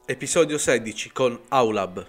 Episodio 16 con Aulab.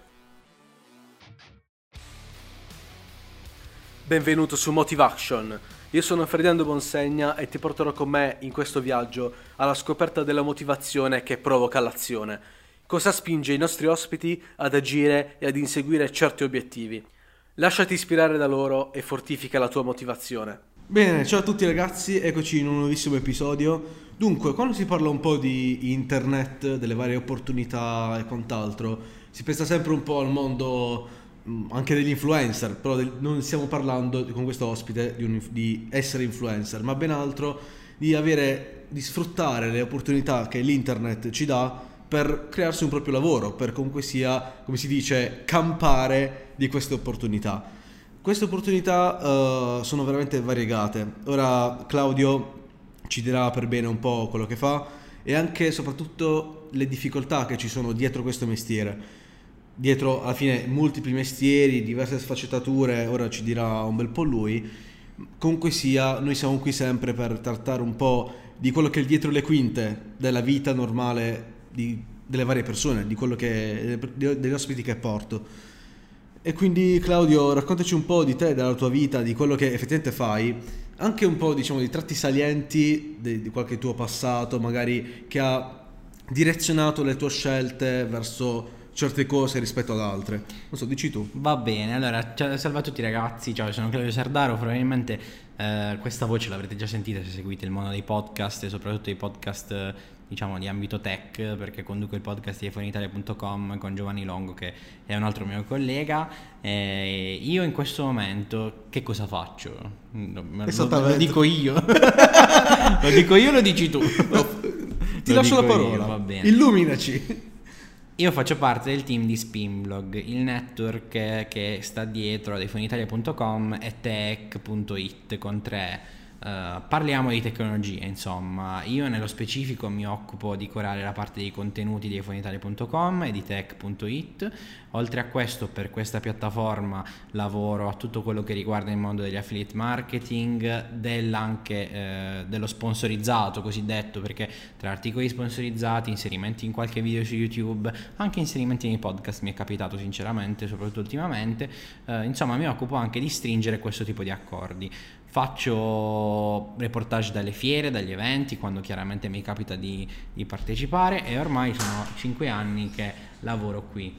Benvenuto su Motivation. Io sono Ferdinando Bonsegna e ti porterò con me in questo viaggio alla scoperta della motivazione che provoca l'azione. Cosa spinge i nostri ospiti ad agire e ad inseguire certi obiettivi? Lasciati ispirare da loro e fortifica la tua motivazione. Bene, ciao a tutti ragazzi, eccoci in un nuovissimo episodio. Dunque, quando si parla un po' di internet, delle varie opportunità e quant'altro, si pensa sempre un po' al mondo anche degli influencer, però non stiamo parlando con questo ospite di essere influencer, ma ben altro di sfruttare le opportunità che l'internet ci dà per crearsi un proprio lavoro, per comunque sia, come si dice, campare di queste opportunità. Queste opportunità sono veramente variegate. Ora Claudio ci dirà per bene un po' quello che fa e anche e soprattutto le difficoltà che ci sono dietro questo mestiere. Dietro alla fine multipli mestieri, diverse sfaccettature, ora ci dirà un bel po' lui. Comunque sia, noi siamo qui sempre per trattare un po' di quello che è dietro le quinte della vita normale delle varie persone, di quello degli ospiti che porto. E quindi Claudio, raccontaci un po' di te, della tua vita, di quello che effettivamente fai, anche un po' diciamo di tratti salienti di qualche tuo passato, magari che ha direzionato le tue scelte verso certe cose rispetto ad altre. Non so, dici tu. Va bene, allora, salve a tutti ragazzi, ciao, sono Claudio Sardaro, probabilmente questa voce l'avrete già sentita se seguite il mondo dei podcast e soprattutto i podcast diciamo di ambito tech, perché conduco il podcast di iPhoneItalia.com con Giovanni Longo che è un altro mio collega. Io in questo momento che cosa faccio? Lo dico io. Lo dico io o lo dici tu? Ti lascio la parola, va bene. Illuminaci. Io faccio parte del team di Spinblog, il network che sta dietro ad iPhoneItalia.com e tech.it con 3. Parliamo di tecnologia, insomma. Io nello specifico mi occupo di curare la parte dei contenuti di iPhoneItalia.com e di tech.it. Oltre a questo, per questa piattaforma lavoro a tutto quello che riguarda il mondo degli affiliate marketing, anche dello sponsorizzato cosiddetto, perché tra articoli sponsorizzati, inserimenti in qualche video su YouTube, anche inserimenti nei podcast mi è capitato sinceramente, soprattutto ultimamente. Insomma, mi occupo anche di stringere questo tipo di accordi. Faccio reportage dalle fiere, dagli eventi, quando chiaramente mi capita di partecipare, e ormai sono 5 anni che lavoro qui.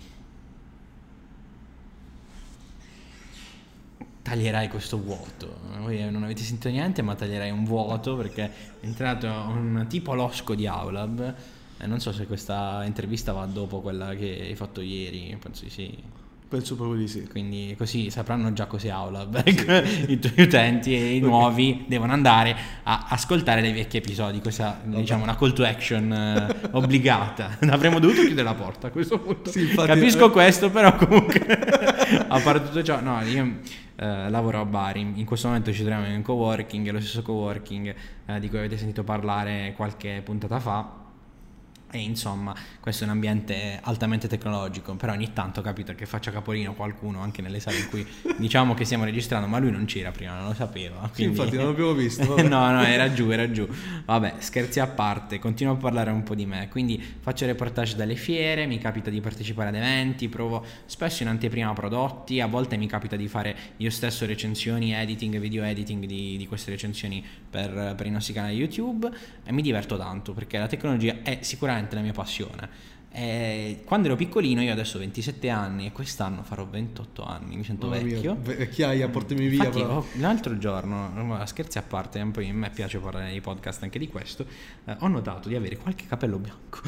Taglierai questo vuoto. Voi non avete sentito niente, ma taglierai un vuoto perché è entrato un tipo losco di Aulab. Non so se questa intervista va dopo quella che hai fatto ieri, penso di sì. Penso proprio di sì. Quindi così sapranno già cos'è Aulab. I tuoi utenti e i nuovi devono andare a ascoltare dei vecchi episodi. Questa diciamo una call to action obbligata. Avremmo dovuto chiudere la porta a questo punto. Sì, infatti, capisco questo, però comunque a parte tutto ciò, no, io lavoro a Bari. In questo momento ci troviamo in un coworking, lo stesso coworking di cui avete sentito parlare qualche puntata fa. E insomma, questo è un ambiente altamente tecnologico, però ogni tanto capita che faccia capolino qualcuno anche nelle sale in cui diciamo che stiamo registrando, ma lui non c'era prima, non lo sapeva. Quindi... Sì, infatti non l'abbiamo visto. no, era giù. Vabbè, scherzi a parte, continuo a parlare un po' di me. Quindi faccio reportage dalle fiere, mi capita di partecipare ad eventi, provo spesso in anteprima prodotti, a volte mi capita di fare io stesso recensioni, editing, video editing di queste recensioni per i nostri canali YouTube, e mi diverto tanto perché la tecnologia è sicuramente la mia passione. Quando ero piccolino, io adesso ho 27 anni e quest'anno farò 28 anni, mi sento vecchio. Vecchiaia, portami via. Infatti, l'altro giorno, scherzi a parte, poi a me piace parlare nei podcast anche di questo, ho notato di avere qualche capello bianco.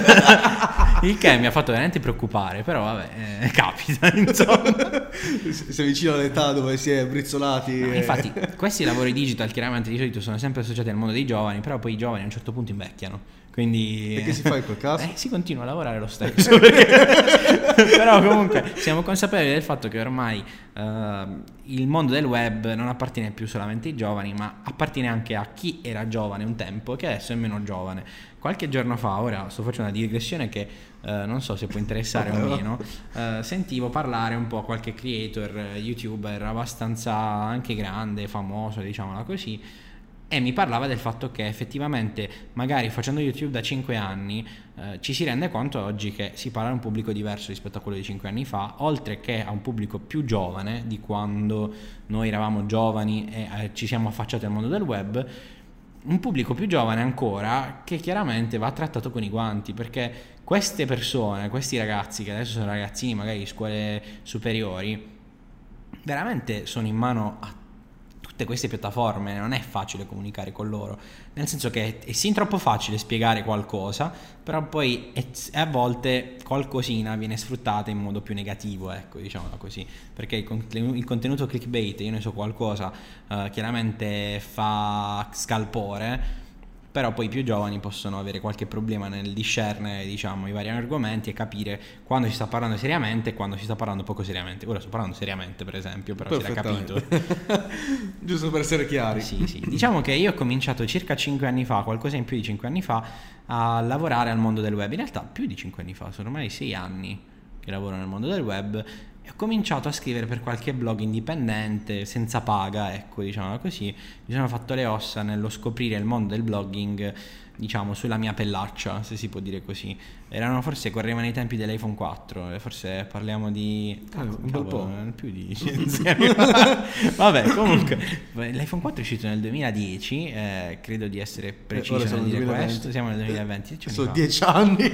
Il che mi ha fatto veramente preoccupare, però vabbè, capita, insomma. Sei vicino all'età dove si è brizzolati. No, infatti, questi lavori digital chiaramente di solito sono sempre associati al mondo dei giovani, però poi i giovani a un certo punto invecchiano. Quindi... E che si fa in quel caso? Si continua a lavorare lo stesso. Però comunque siamo consapevoli del fatto che ormai il mondo del web non appartiene più solamente ai giovani, ma appartiene anche a chi era giovane un tempo, che adesso è meno giovane. Qualche giorno fa, ora sto facendo una digressione che non so se può interessare o meno, sentivo parlare un po' qualche creator, youtuber abbastanza anche grande, famoso, diciamola così, e mi parlava del fatto che effettivamente magari facendo YouTube da 5 anni ci si rende conto oggi che si parla a un pubblico diverso rispetto a quello di 5 anni fa, oltre che a un pubblico più giovane di quando noi eravamo giovani e ci siamo affacciati al mondo del web, un pubblico più giovane ancora che chiaramente va trattato con i guanti, perché queste persone, questi ragazzi che adesso sono ragazzini magari di scuole superiori, veramente sono in mano a tutte queste piattaforme, non è facile comunicare con loro, nel senso che è sin troppo facile spiegare qualcosa, però poi a volte qualcosina viene sfruttata in modo più negativo, ecco, diciamolo così, perché il contenuto clickbait, io ne so qualcosa, chiaramente fa scalpore, però poi i più giovani possono avere qualche problema nel discernere, diciamo, i vari argomenti e capire quando si sta parlando seriamente e quando si sta parlando poco seriamente. Ora sto parlando seriamente, per esempio, però si era capito. Giusto per essere chiari. Sì. Diciamo che io ho cominciato circa 5 anni fa, qualcosa in più di 5 anni fa, a lavorare al mondo del web. In realtà più di 5 anni fa, sono ormai 6 anni che lavoro nel mondo del web. Ho cominciato a scrivere per qualche blog indipendente, senza paga, ecco, diciamo così. Mi sono fatto le ossa nello scoprire il mondo del blogging, diciamo, sulla mia pellaccia, se si può dire così. Correvano i tempi dell'iPhone 4, forse parliamo di... un bel po'. Più di 10 anni. Vabbè, comunque, l'iPhone 4 è uscito nel 2010, credo di essere preciso nel dire questo, siamo nel 2020. Sono 10 anni.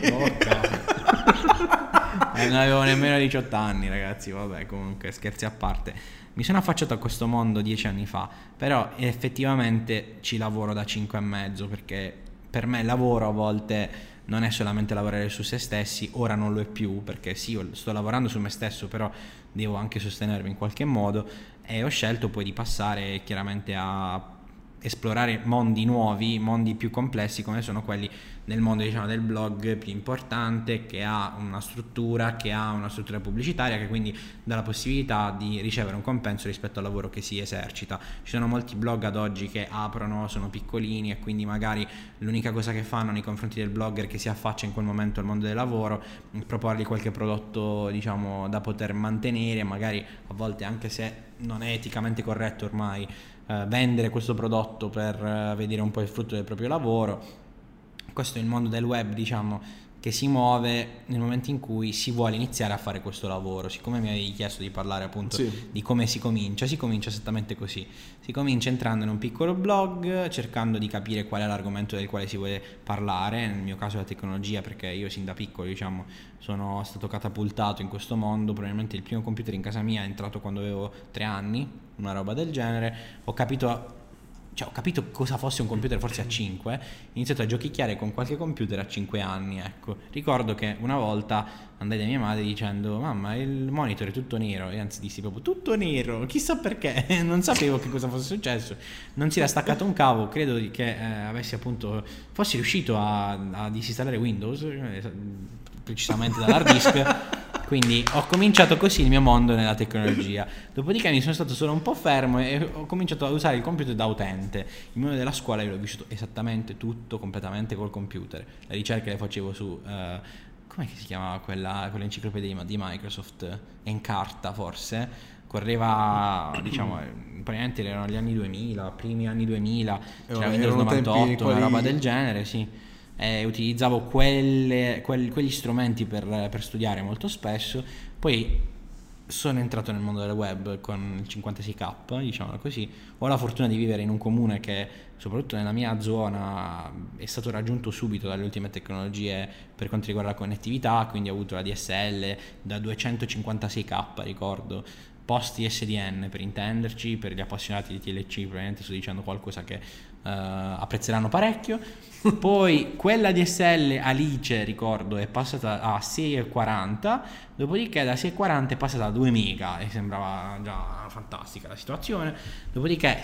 Non avevo nemmeno 18 anni, ragazzi, vabbè, comunque scherzi a parte. Mi sono affacciato a questo mondo 10 anni fa, però effettivamente ci lavoro da 5 e mezzo, perché per me il lavoro a volte non è solamente lavorare su se stessi, ora non lo è più, perché sì, sto lavorando su me stesso, però devo anche sostenermi in qualche modo, e ho scelto poi di passare chiaramente a esplorare mondi nuovi, mondi più complessi, come sono quelli del mondo, diciamo, del blog più importante, che ha una struttura pubblicitaria, che quindi dà la possibilità di ricevere un compenso rispetto al lavoro che si esercita. Ci sono molti blog ad oggi che aprono, sono piccolini e quindi magari l'unica cosa che fanno nei confronti del blogger che si affaccia in quel momento al mondo del lavoro è proporgli qualche prodotto, diciamo, da poter mantenere, magari a volte anche se non è eticamente corretto ormai vendere questo prodotto per vedere un po' il frutto del proprio lavoro. Questo è il mondo del web, diciamo, che si muove nel momento in cui si vuole iniziare a fare questo lavoro. Siccome mi avevi chiesto di parlare appunto di come si comincia esattamente così. Si comincia entrando in un piccolo blog, cercando di capire qual è l'argomento del quale si vuole parlare, nel mio caso la tecnologia, perché io sin da piccolo, diciamo, sono stato catapultato in questo mondo. Probabilmente il primo computer in casa mia è entrato quando avevo 3 anni, una roba del genere. Ho capito cosa fosse un computer forse a 5, ho iniziato a giochicchiare con qualche computer a 5 anni, ecco. Ricordo che una volta andai da mia madre dicendo: mamma, il monitor è tutto nero, e anzi dissi proprio tutto nero, chissà perché, non sapevo che cosa fosse successo, non si era staccato un cavo, credo che fossi riuscito a disinstallare Windows, precisamente dall'hard disk. Quindi ho cominciato così il mio mondo nella tecnologia. Dopodiché mi sono stato solo un po' fermo e ho cominciato a usare il computer da utente. Il mondo della scuola io l'ho vissuto esattamente tutto, completamente col computer. Le ricerche le facevo su com'è che si chiamava quell'enciclopedia di Microsoft? Encarta forse. Correva, diciamo, praticamente erano gli anni 2000, primi anni 2000, c'era Windows 98, una roba del genere, sì. Utilizzavo quegli strumenti per studiare molto spesso. Poi sono entrato nel mondo del web con il 56K, diciamo così. Ho la fortuna di vivere in un comune che, soprattutto nella mia zona, è stato raggiunto subito dalle ultime tecnologie per quanto riguarda la connettività, quindi ho avuto la DSL da 256K, ricordo, posti SDN per intenderci, per gli appassionati di TLC probabilmente sto dicendo qualcosa che apprezzeranno parecchio. Poi quella DSL Alice, ricordo, è passata a 6,40, dopodiché da 6,40 è passata a 2 mega e sembrava già fantastica la situazione. Dopodiché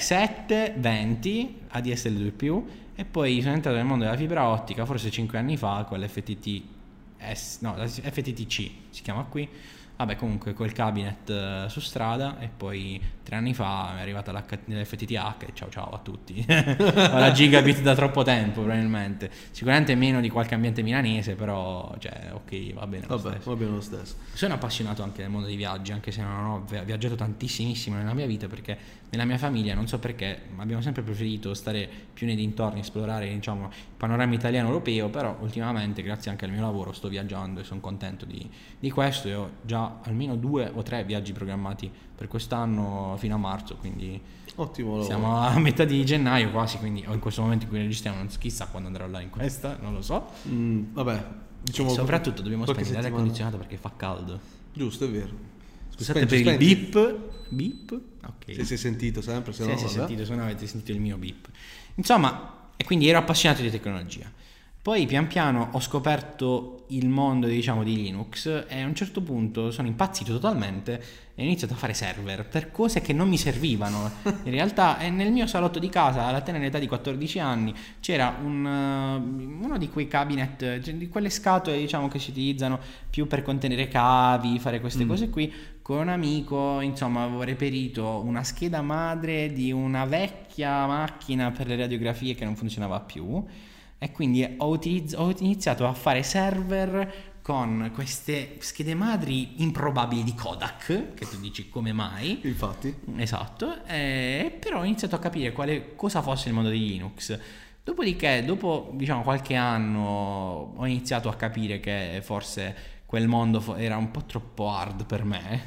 7,20 ADSL 2+, e poi sono entrato nel mondo della fibra ottica forse 5 anni fa con l'FTTC si chiama qui, Vabbè, comunque quel cabinet su strada, e poi 3 anni fa è arrivata l'FTTH e ciao ciao a tutti. Ho la gigabit da troppo tempo, probabilmente. Sicuramente meno di qualche ambiente milanese, però cioè ok, va bene lo stesso. Va bene lo stesso. Sono appassionato anche del mondo dei viaggi, anche se non ho viaggiato tantissimissimo nella mia vita, perché nella mia famiglia, non so perché, abbiamo sempre preferito stare più nei dintorni, esplorare, diciamo, il panorama italiano europeo, però ultimamente, grazie anche al mio lavoro, sto viaggiando e sono contento di questo, e ho già almeno 2 o 3 viaggi programmati per quest'anno fino a marzo, quindi Ottimo lavoro. siamo a metà di gennaio quasi, quindi in questo momento in cui registriamo, non so, chissà quando andrò là in questa, non lo so. Vabbè, diciamo E soprattutto dobbiamo qualche spegnere l'aria settimana. condizionata perché fa caldo. Giusto, è vero. Scusate Spenti, per spenti. il beep. Ok. Se sei sentito sempre, se no, Si è vabbè. sentito, se no avete sentito il mio beep. Insomma, e quindi ero appassionato di tecnologia. Poi pian piano ho scoperto il mondo, diciamo, di Linux, e a un certo punto sono impazzito totalmente e ho iniziato a fare server per cose che non mi servivano. In realtà nel mio salotto di casa, alla tenera età di 14 anni, c'era uno di quei cabinet, cioè di quelle scatole, diciamo, che si utilizzano più per contenere cavi, fare queste cose qui. Con un amico, insomma, avevo reperito una scheda madre di una vecchia macchina per le radiografie che non funzionava più, e quindi ho iniziato a fare server con queste schede madri improbabili di Kodak, che tu dici come mai. Infatti. Esatto, però ho iniziato a capire cosa fosse il mondo di Linux. Dopodiché, dopo, diciamo, qualche anno, ho iniziato a capire che forse quel mondo era un po' troppo hard per me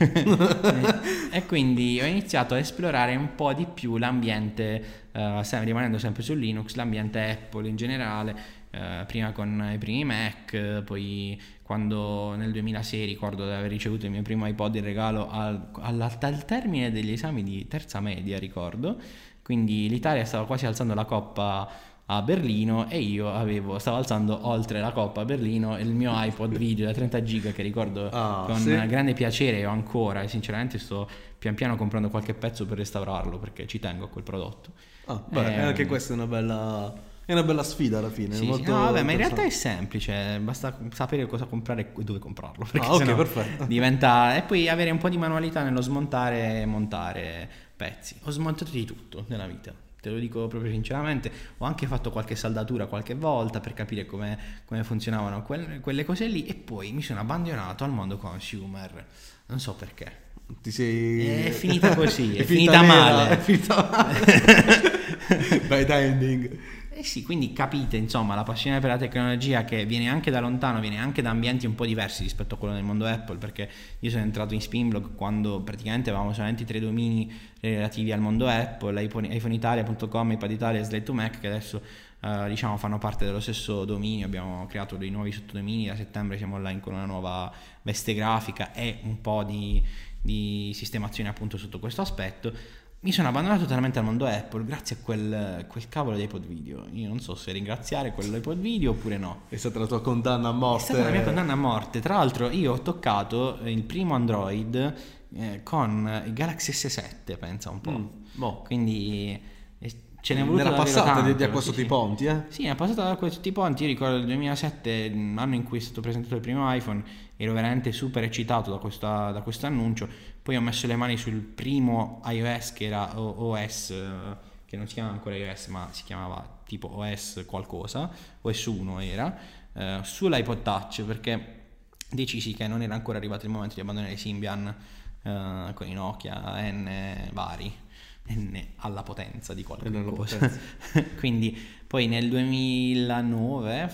e quindi ho iniziato a esplorare un po' di più l'ambiente, rimanendo sempre su Linux, l'ambiente Apple in generale, prima con i primi Mac, poi quando nel 2006 ricordo di aver ricevuto il mio primo iPod in regalo al termine degli esami di terza media, ricordo, quindi l'Italia stava quasi alzando la coppa a Berlino e io stavo alzando oltre la coppa a Berlino il mio iPod video da 30 giga, che ricordo con grande piacere ho ancora, e sinceramente sto pian piano comprando qualche pezzo per restaurarlo perché ci tengo a quel prodotto. Anche questa è una bella sfida alla fine. Sì, molto no, vabbè, ma in realtà è interessante. semplice, basta sapere cosa comprare e dove comprarlo, perché Ok, sennò perfetto. diventa, e poi avere un po' di manualità nello smontare e montare pezzi. Ho smontato di tutto nella vita, te lo dico proprio sinceramente. Ho anche fatto qualche saldatura qualche volta per capire come funzionavano quelle cose lì, e poi mi sono abbandonato al mondo consumer, non so perché. Ti sei... È finita così, è finita male. È finita male. Bad ending. Eh sì, quindi capite, insomma, la passione per la tecnologia, che viene anche da lontano, viene anche da ambienti un po' diversi rispetto a quello del mondo Apple, perché io sono entrato in Spinblog quando praticamente avevamo solamente 3 domini relativi al mondo Apple, iPhoneitalia.com, iPaditalia e Slate2Mac, che adesso diciamo fanno parte dello stesso dominio. Abbiamo creato dei nuovi sottodomini, da settembre siamo online con una nuova veste grafica e un po' di sistemazione appunto sotto questo aspetto. Mi sono abbandonato totalmente al mondo Apple grazie a quel cavolo di iPod video. Io non so se ringraziare quell'iPod video oppure no. È stata la tua condanna a morte. È stata la mia condanna a morte. Tra l'altro io ho toccato il primo Android con il Galaxy S7, pensa un po'. Quindi ce n'è voluto nella davvero passata tanto, di acquasto i ponti, eh? Sì, è passata da questi ponti. Io ricordo il 2007, l'anno in cui è stato presentato il primo iPhone, ero veramente super eccitato da questo annuncio. Poi ho messo le mani sul primo iOS, che era OS, che non si chiama ancora iOS ma si chiamava tipo OS qualcosa, OS 1 era, sull'iPod Touch, perché decisi che non era ancora arrivato il momento di abbandonare i Symbian con i Nokia N vari, N alla potenza di qualche cosa. Quindi poi nel 2009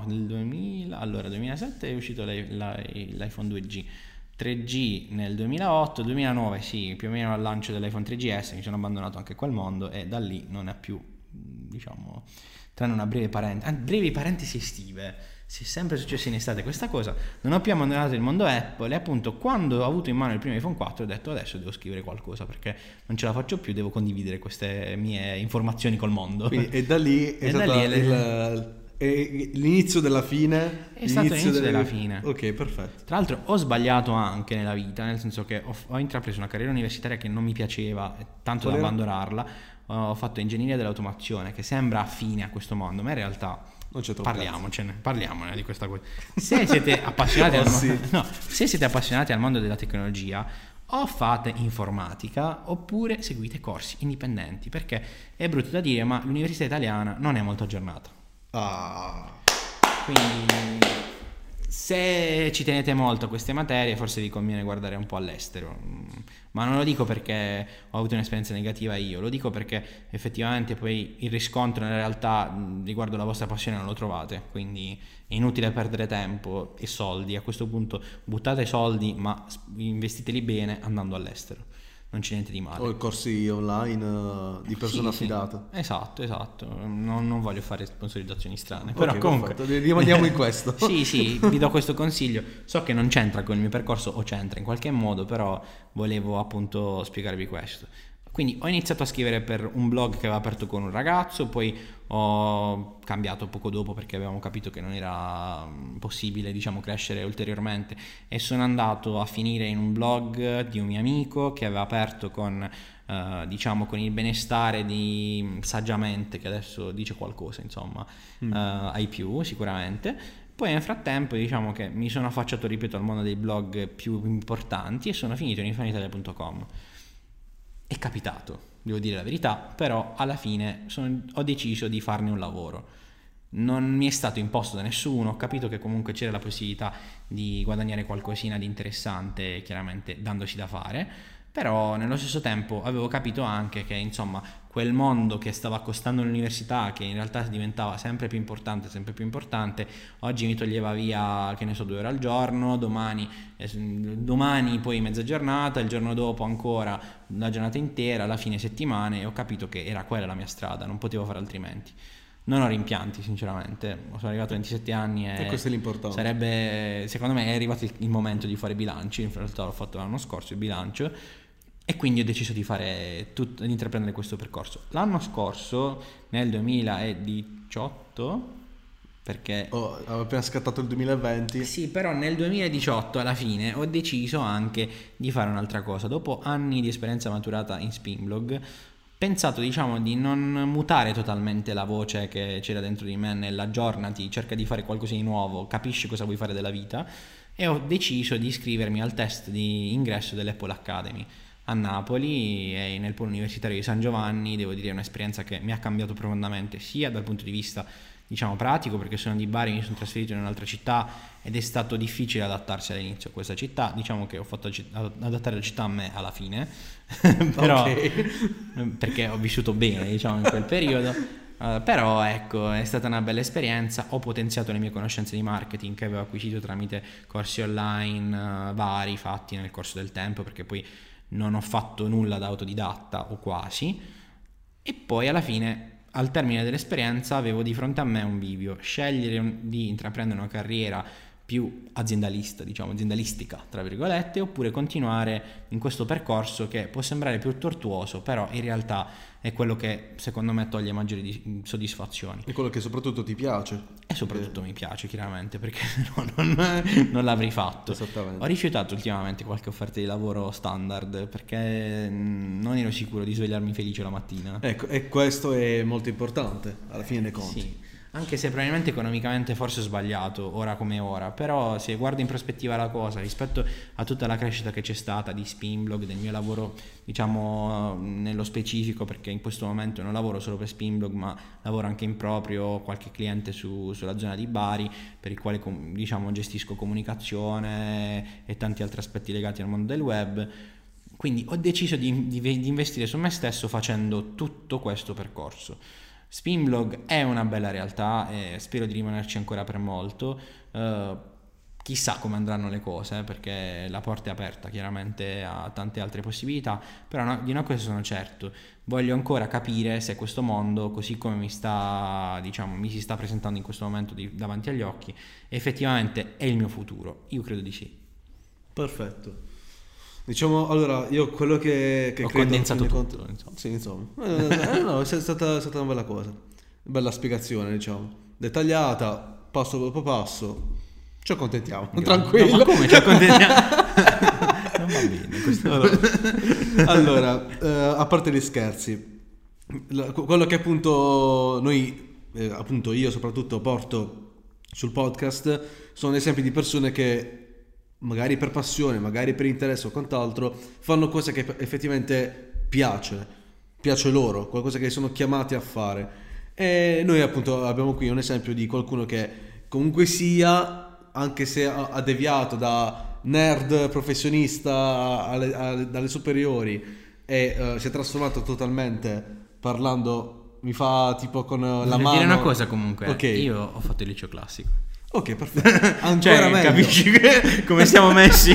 allora 2007 è uscito l'iPhone 2G, 3G nel 2008, 2009 sì, più o meno al lancio dell'iPhone 3GS. Mi sono abbandonato anche a quel mondo e da lì non è più, diciamo, tranne una brevi parentesi estive, si è sempre successo in estate questa cosa, non ho più abbandonato il mondo Apple, e appunto quando ho avuto in mano il primo iPhone 4 ho detto adesso devo scrivere qualcosa perché non ce la faccio più, devo condividere queste mie informazioni col mondo. Quindi, e da lì è stato l'inizio della fine. È stato l'inizio della fine. Ok, perfetto. Tra l'altro ho sbagliato anche nella vita, nel senso che ho intrapreso una carriera universitaria che non mi piaceva tanto da abbandonarla. Ho fatto ingegneria dell'automazione, che sembra affine a questo mondo, ma in realtà Non c'è troppo. Parliamone di questa cosa. Se siete appassionati sì. se siete appassionati al mondo della tecnologia, o fate informatica oppure seguite corsi indipendenti, perché è brutto da dire, ma l'università italiana non è molto aggiornata. Quindi se ci tenete molto a queste materie, forse vi conviene guardare un po' all'estero. Ma non lo dico perché ho avuto un'esperienza negativa io, lo dico perché effettivamente poi il riscontro nella realtà riguardo la vostra passione non lo trovate, quindi è inutile perdere tempo e soldi. A questo punto buttate soldi, ma investiteli bene andando all'estero. Non c'è niente di male. O corsi online di persone affidate. Sì. Esatto. Non voglio fare sponsorizzazioni strane. Però comunque rimaniamo in questo. Sì, vi do questo consiglio. So che non c'entra con il mio percorso, o c'entra in qualche modo, però volevo appunto spiegarvi questo. Quindi ho iniziato a scrivere per un blog che aveva aperto con un ragazzo, poi ho cambiato poco dopo perché avevamo capito che non era possibile, diciamo, crescere ulteriormente, e sono andato a finire in un blog di un mio amico che aveva aperto con diciamo con il benestare di Saggiamente, che adesso dice qualcosa, insomma, ai più sicuramente. Poi nel frattempo diciamo che mi sono affacciato, ripeto, al mondo dei blog più importanti e sono finito in infanitalia.com. È capitato, devo dire la verità, però alla fine ho deciso di farne un lavoro. Non mi è stato imposto da nessuno, ho capito che comunque c'era la possibilità di guadagnare qualcosina di interessante, chiaramente dandosi da fare, però nello stesso tempo avevo capito anche che, insomma, quel mondo che stava accostando all'università, che in realtà diventava sempre più importante, oggi mi toglieva via, che ne so, 2 ore al giorno, domani poi mezza giornata, il giorno dopo ancora la giornata intera, alla fine settimane, e ho capito che era quella la mia strada, non potevo fare altrimenti. Non ho rimpianti, sinceramente. Sono arrivato a 27 anni e questo è l'importante. Sarebbe, secondo me, è arrivato il momento di fare bilanci. In realtà l'ho fatto l'anno scorso il bilancio, e quindi ho deciso di di intraprendere questo percorso. L'anno scorso, nel 2018, perché avevo appena scattato il 2020. Sì, però nel 2018 alla fine ho deciso anche di fare un'altra cosa. Dopo anni di esperienza maturata in Spinblog, pensato, diciamo, di non mutare totalmente la voce che c'era dentro di me nell'aggiornati, cerca di fare qualcosa di nuovo, capisci cosa vuoi fare della vita, e ho deciso di iscrivermi al test di ingresso dell'Apple Academy a Napoli e nel polo universitario di San Giovanni. Devo dire, è un'esperienza che mi ha cambiato profondamente, sia dal punto di vista, diciamo, pratico, perché sono di Bari, mi sono trasferito in un'altra città ed è stato difficile adattarsi all'inizio a questa città. Diciamo che ho fatto adattare la città a me alla fine, però perché ho vissuto bene, diciamo, in quel periodo. Però ecco, è stata una bella esperienza. Ho potenziato le mie conoscenze di marketing che avevo acquisito tramite corsi online vari fatti nel corso del tempo, perché poi non ho fatto nulla da autodidatta, o quasi. E poi alla fine, al termine dell'esperienza, avevo di fronte a me un bivio: scegliere di intraprendere una carriera più aziendalistica, tra virgolette, oppure continuare in questo percorso che può sembrare più tortuoso, però in realtà è quello che secondo me toglie maggiori soddisfazioni. E quello che soprattutto ti piace. E soprattutto mi piace, chiaramente, perché non l'avrei fatto. Esattamente. Ho rifiutato ultimamente qualche offerta di lavoro standard perché non ero sicuro di svegliarmi felice la mattina. Ecco, e questo è molto importante alla fine dei conti. Sì. Anche se probabilmente economicamente forse ho sbagliato ora come ora, però se guardo in prospettiva la cosa rispetto a tutta la crescita che c'è stata di Spinblog, del mio lavoro, diciamo, nello specifico, perché in questo momento non lavoro solo per Spinblog ma lavoro anche in proprio, ho qualche cliente sulla zona di Bari per il quale, diciamo, gestisco comunicazione e tanti altri aspetti legati al mondo del web. Quindi ho deciso di investire su me stesso facendo tutto questo percorso. Spinblog è una bella realtà e spero di rimanerci ancora per molto. Chissà come andranno le cose, perché la porta è aperta chiaramente a tante altre possibilità, però di una cosa sono certo: voglio ancora capire se questo mondo, così come mi si sta presentando in questo momento davanti agli occhi, effettivamente è il mio futuro. Io credo di sì. Perfetto. Diciamo, allora, io quello che ho credo, condensato tutto, insomma. Sì, insomma. No, è stata una bella cosa. Bella spiegazione, diciamo. Dettagliata, passo dopo passo. Ci accontentiamo, tranquillo. No, ma come ci accontentiamo? Non va bene questo. Allora, a parte gli scherzi, quello che appunto noi appunto io soprattutto porto sul podcast sono esempi di persone che magari per passione, magari per interesse o quant'altro fanno cose che effettivamente piace loro, qualcosa che sono chiamati a fare. E noi appunto abbiamo qui un esempio di qualcuno che comunque sia, anche se ha deviato da nerd professionista dalle superiori e si è trasformato totalmente parlando, mi fa tipo con la Voglio mano. dire una cosa comunque, Ok. io ho fatto il liceo classico. Ok, perfetto. Ancora Cioè, meglio. capisci come siamo messi?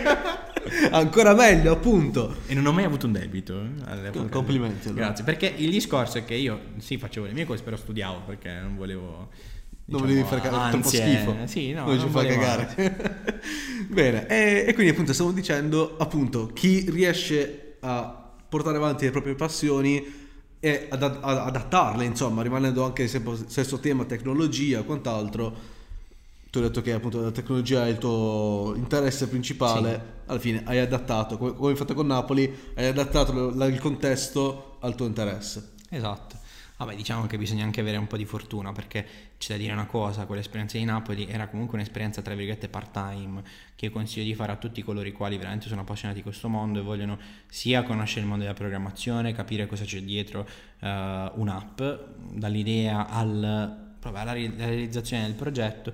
Ancora meglio, appunto. E non ho mai avuto un debito. All'epoca. Complimenti, allora. Grazie, perché il discorso è che io sì facevo le mie cose, però studiavo perché non volevo. Non volevi fare troppo ansie. schifo. Sì, no, non ci non fa volevo cagare. Bene, e quindi appunto stavo dicendo, appunto, chi riesce a portare avanti le proprie passioni e ad adattarle, insomma, rimanendo anche sempre stesso tema, tecnologia e quant'altro. Tu hai detto che appunto la tecnologia è il tuo interesse principale, Sì. alla fine hai adattato, come hai fatto con Napoli, hai adattato il contesto al tuo interesse. Esatto. Vabbè, diciamo che bisogna anche avere un po' di fortuna, perché c'è da dire una cosa, quell'esperienza di Napoli era comunque un'esperienza tra virgolette part-time che io consiglio di fare a tutti coloro i quali veramente sono appassionati di questo mondo e vogliono sia conoscere il mondo della programmazione, capire cosa c'è dietro un'app, dall'idea proprio alla realizzazione del progetto,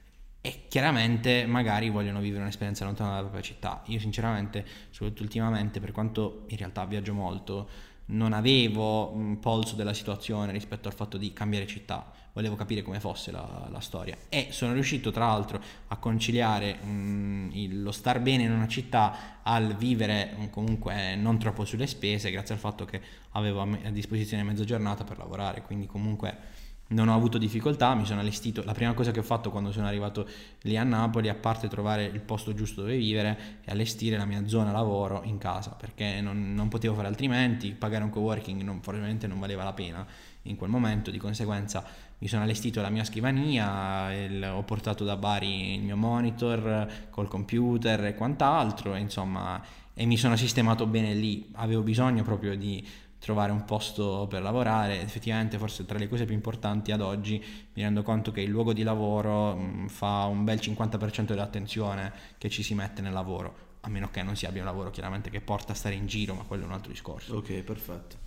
e chiaramente magari vogliono vivere un'esperienza lontana dalla propria città. Io sinceramente, soprattutto ultimamente, per quanto in realtà viaggio molto, non avevo un polso della situazione rispetto al fatto di cambiare città, volevo capire come fosse la storia, e sono riuscito tra l'altro a conciliare lo star bene in una città al vivere comunque non troppo sulle spese, grazie al fatto che avevo a disposizione mezza giornata per lavorare, quindi comunque non ho avuto difficoltà, mi sono allestito. La prima cosa che ho fatto quando sono arrivato lì a Napoli, a parte trovare il posto giusto dove vivere, è allestire la mia zona lavoro in casa, perché non potevo fare altrimenti. Pagare un coworking probabilmente non valeva la pena in quel momento, di conseguenza mi sono allestito la mia scrivania, ho portato da Bari il mio monitor col computer e quant'altro, e insomma, e mi sono sistemato bene lì. Avevo bisogno proprio di trovare un posto per lavorare. Effettivamente forse tra le cose più importanti ad oggi mi rendo conto che il luogo di lavoro fa un bel 50% dell'attenzione che ci si mette nel lavoro, a meno che non si abbia un lavoro chiaramente che porta a stare in giro, ma quello è un altro discorso. Ok, perfetto.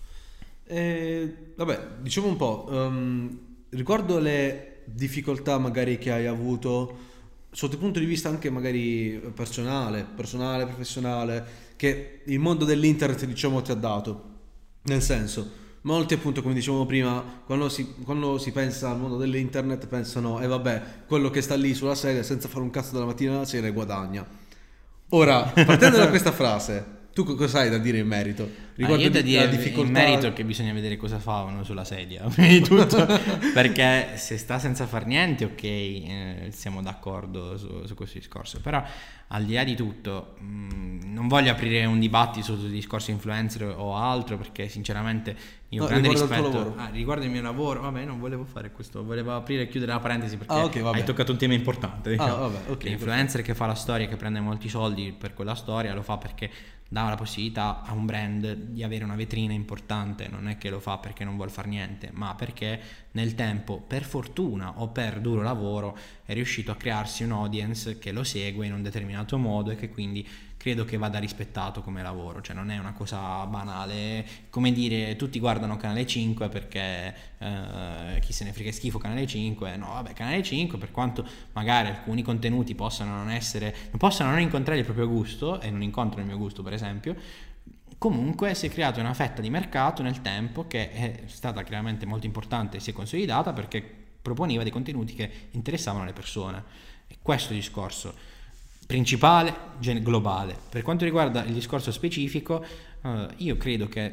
Vabbè, diciamo un po', riguardo le difficoltà magari che hai avuto sotto il punto di vista anche magari personale, professionale, che il mondo dell'internet diciamo ti ha dato. Nel senso, molti appunto, come dicevamo prima, quando si pensa al mondo dell'internet pensano vabbè, quello che sta lì sulla sedia senza fare un cazzo dalla mattina alla sera e guadagna. Ora, partendo da questa frase, tu cosa hai da dire in merito? Riguardo io da dire la difficoltà... in merito che bisogna vedere cosa fa uno sulla sedia, prima di tutto, perché se sta senza far niente, ok, siamo d'accordo su questo discorso, però al di là di tutto non voglio aprire un dibattito sul discorso influencer o altro, perché sinceramente io ho grande rispetto riguardo il mio lavoro. Vabbè, non volevo fare questo, volevo aprire e chiudere la parentesi perché hai toccato un tema importante, diciamo. L'influencer che fa la storia, che prende molti soldi per quella storia, lo fa perché dà la possibilità a un brand di avere una vetrina importante. Non è che lo fa perché non vuol far niente, ma perché nel tempo, per fortuna o per duro lavoro, è riuscito a crearsi un audience che lo segue in un determinato modo e che quindi credo che vada rispettato come lavoro. Cioè non è una cosa banale, come dire tutti guardano Canale 5 perché chi se ne frega, schifo Canale 5. No, vabbè, Canale 5, per quanto magari alcuni contenuti possano non incontrare il proprio gusto, e non incontrano il mio gusto per esempio, comunque si è creata una fetta di mercato nel tempo che è stata chiaramente molto importante e si è consolidata perché proponeva dei contenuti che interessavano le persone. E questo è il discorso principale, globale. Per quanto riguarda il discorso specifico, io credo che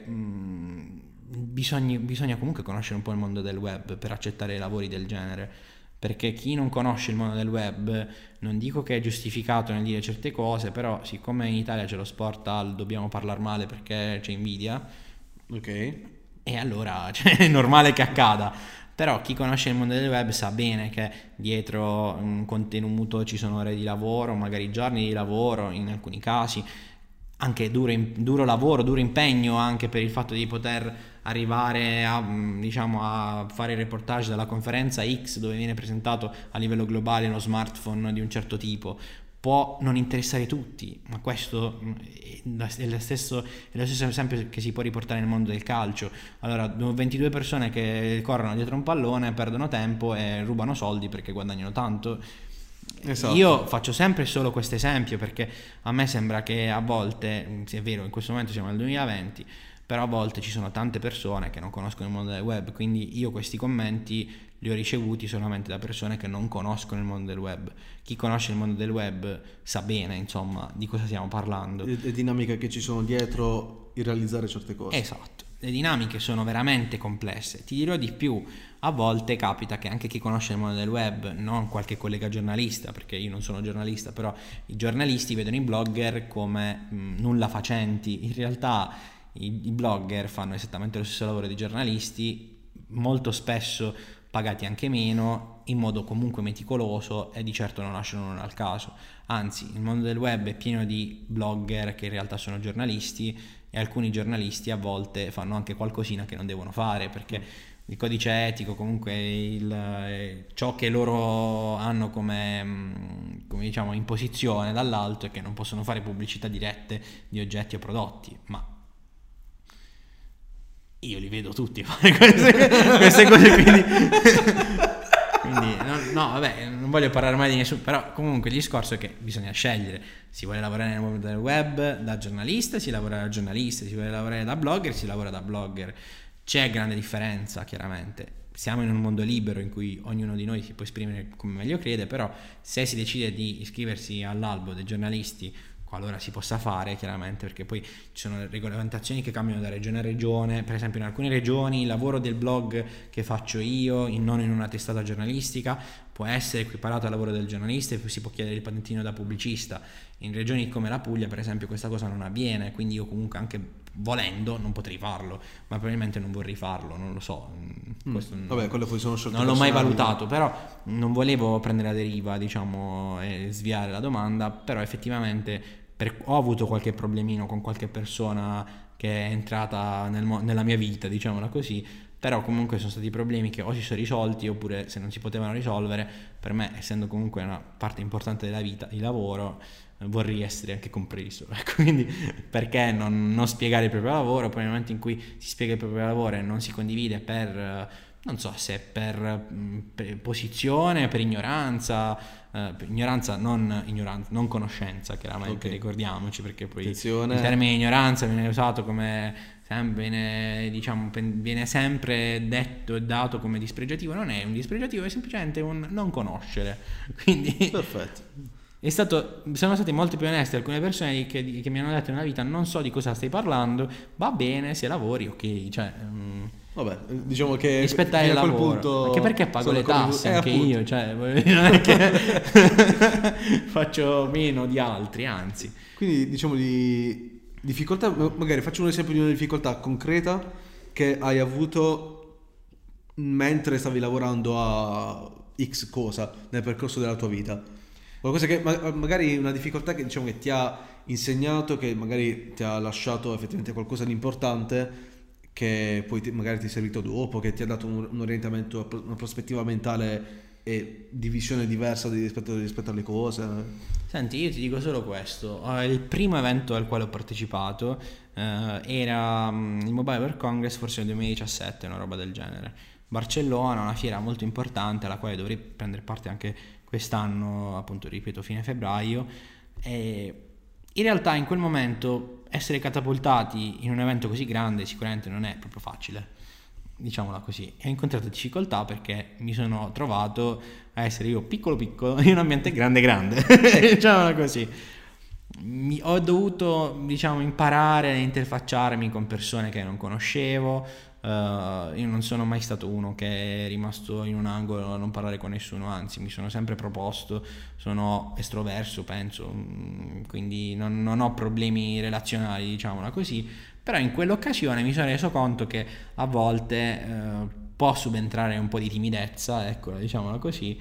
bisogna comunque conoscere un po' il mondo del web per accettare lavori del genere, perché chi non conosce il mondo del web, non dico che è giustificato nel dire certe cose, però siccome in Italia c'è lo sport al dobbiamo parlare male perché c'è invidia, ok, e allora è normale che accada. Però chi conosce il mondo del web sa bene che dietro un contenuto ci sono ore di lavoro, magari giorni di lavoro in alcuni casi, anche duro lavoro, duro impegno anche per il fatto di poter arrivare a, diciamo, a fare il reportage dalla conferenza X dove viene presentato a livello globale uno smartphone di un certo tipo. Può non interessare tutti, ma questo è lo stesso esempio che si può riportare nel mondo del calcio. Allora, 22 persone che corrono dietro un pallone, perdono tempo e rubano soldi perché guadagnano tanto. Esatto. Io faccio sempre solo questo esempio perché a me sembra che a volte, sì, è vero, in questo momento siamo nel 2020, però a volte ci sono tante persone che non conoscono il mondo del web, quindi io questi commenti li ho ricevuti solamente da persone che non conoscono il mondo del web. Chi conosce il mondo del web sa bene, insomma, di cosa stiamo parlando. Le dinamiche che ci sono dietro il realizzare certe cose. Esatto, le dinamiche sono veramente complesse. Ti dirò di più, a volte capita che anche chi conosce il mondo del web, non qualche collega giornalista, perché io non sono giornalista, però i giornalisti vedono i blogger come nulla facenti. In realtà i blogger fanno esattamente lo stesso lavoro dei giornalisti, molto spesso pagati anche meno, in modo comunque meticoloso, e di certo non lasciano nulla al caso. Anzi, il mondo del web è pieno di blogger che in realtà sono giornalisti, e alcuni giornalisti a volte fanno anche qualcosina che non devono fare, perché il codice etico, comunque ciò che loro hanno come diciamo imposizione dall'alto è che non possono fare pubblicità dirette di oggetti o prodotti, ma io li vedo tutti fare queste cose, quindi no, vabbè, non voglio parlare mai di nessuno, però comunque il discorso è che bisogna scegliere. Si vuole lavorare nel mondo del web da giornalista, si lavora da giornalista; si vuole lavorare da blogger, si lavora da blogger. C'è grande differenza, chiaramente. Siamo in un mondo libero in cui ognuno di noi si può esprimere come meglio crede, però se si decide di iscriversi all'albo dei giornalisti, qualora si possa fare, chiaramente, perché poi ci sono regolamentazioni che cambiano da regione a regione. Per esempio in alcune regioni il lavoro del blog che faccio io, non in una testata giornalistica, può essere equiparato al lavoro del giornalista e poi si può chiedere il patentino da pubblicista. In regioni come la Puglia, per esempio, questa cosa non avviene, quindi io comunque, anche volendo, non potrei farlo, ma probabilmente non vorrei farlo, non lo so. Vabbè, quello poi sono scelte non l'ho mai personali. valutato, però non volevo prendere la deriva, diciamo, e sviare la domanda. Però effettivamente ho avuto qualche problemino con qualche persona che è entrata nella mia vita, diciamola così, però comunque sono stati problemi che o si sono risolti, oppure, se non si potevano risolvere, per me, essendo comunque una parte importante della vita, il lavoro, vorrei essere anche compreso, ecco. Quindi perché non spiegare il proprio lavoro? Poi nel momento in cui si spiega il proprio lavoro e non si condivide per, non so se per posizione, per ignoranza, non conoscenza, chiaramente, okay. Ricordiamoci, perché poi attenzione. Il termine ignoranza viene usato come viene sempre detto e dato come dispregiativo. Non è un dispregiativo, è semplicemente un non conoscere. Quindi perfetto. Sono state molto più oneste alcune persone che mi hanno detto nella vita: non so di cosa stai parlando, va bene, se lavori, ok, cioè vabbè, diciamo che rispettare il lavoro, punto, anche perché pago le tasse anche appunto. io, cioè non è che faccio meno di altri, anzi. Quindi diciamo di difficoltà, magari faccio un esempio di una difficoltà concreta che hai avuto mentre stavi lavorando a X cosa nel percorso della tua vita. Qualcosa che magari una difficoltà che, diciamo, che ti ha insegnato, che magari ti ha lasciato effettivamente qualcosa di importante, che poi magari ti è servito dopo, che ti ha dato un orientamento, una prospettiva mentale e di visione diversa rispetto alle cose. Senti, io ti dico solo questo: il primo evento al quale ho partecipato era il Mobile World Congress, forse nel 2017, una roba del genere. Barcellona, una fiera molto importante alla quale dovrei prendere parte anche quest'anno, appunto, ripeto, fine febbraio. E in realtà in quel momento essere catapultati in un evento così grande sicuramente non è proprio facile, diciamola così. E ho incontrato difficoltà perché mi sono trovato a essere io piccolo in un ambiente grande diciamola così. Ho dovuto, diciamo, imparare a interfacciarmi con persone che non conoscevo. Io non sono mai stato uno che è rimasto in un angolo a non parlare con nessuno, anzi mi sono sempre proposto, sono estroverso, penso, quindi non ho problemi relazionali, diciamola così. Però in quell'occasione mi sono reso conto che a volte può subentrare un po' di timidezza, ecco, diciamola così,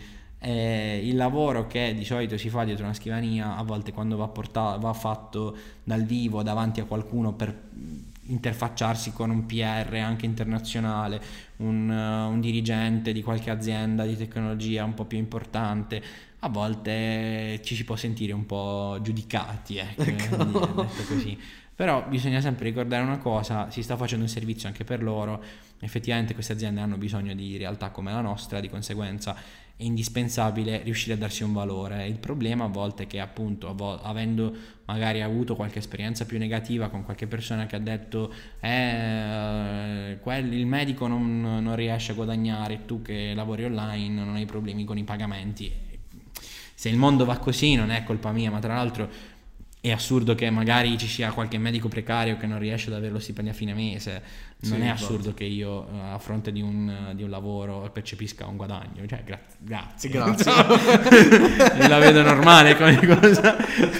Il lavoro che di solito si fa dietro una scrivania, a volte quando va fatto dal vivo davanti a qualcuno per interfacciarsi con un PR anche internazionale, un dirigente di qualche azienda di tecnologia un po' più importante, a volte ci si può sentire un po' giudicati, detto così. Però bisogna sempre ricordare una cosa: si sta facendo un servizio anche per loro. Effettivamente queste aziende hanno bisogno di realtà come la nostra, di conseguenza è indispensabile riuscire a darsi un valore. Il problema a volte è che, appunto, avendo magari avuto qualche esperienza più negativa con qualche persona che ha detto il medico non riesce a guadagnare, tu che lavori online non hai problemi con i pagamenti. Se il mondo va così non è colpa mia, ma tra l'altro è assurdo che magari ci sia qualche medico precario che non riesce ad avere lo stipendio a fine mese. Non è assurdo che io a fronte di un lavoro percepisca un guadagno. Cioè, grazie. Io la vedo normale come cosa.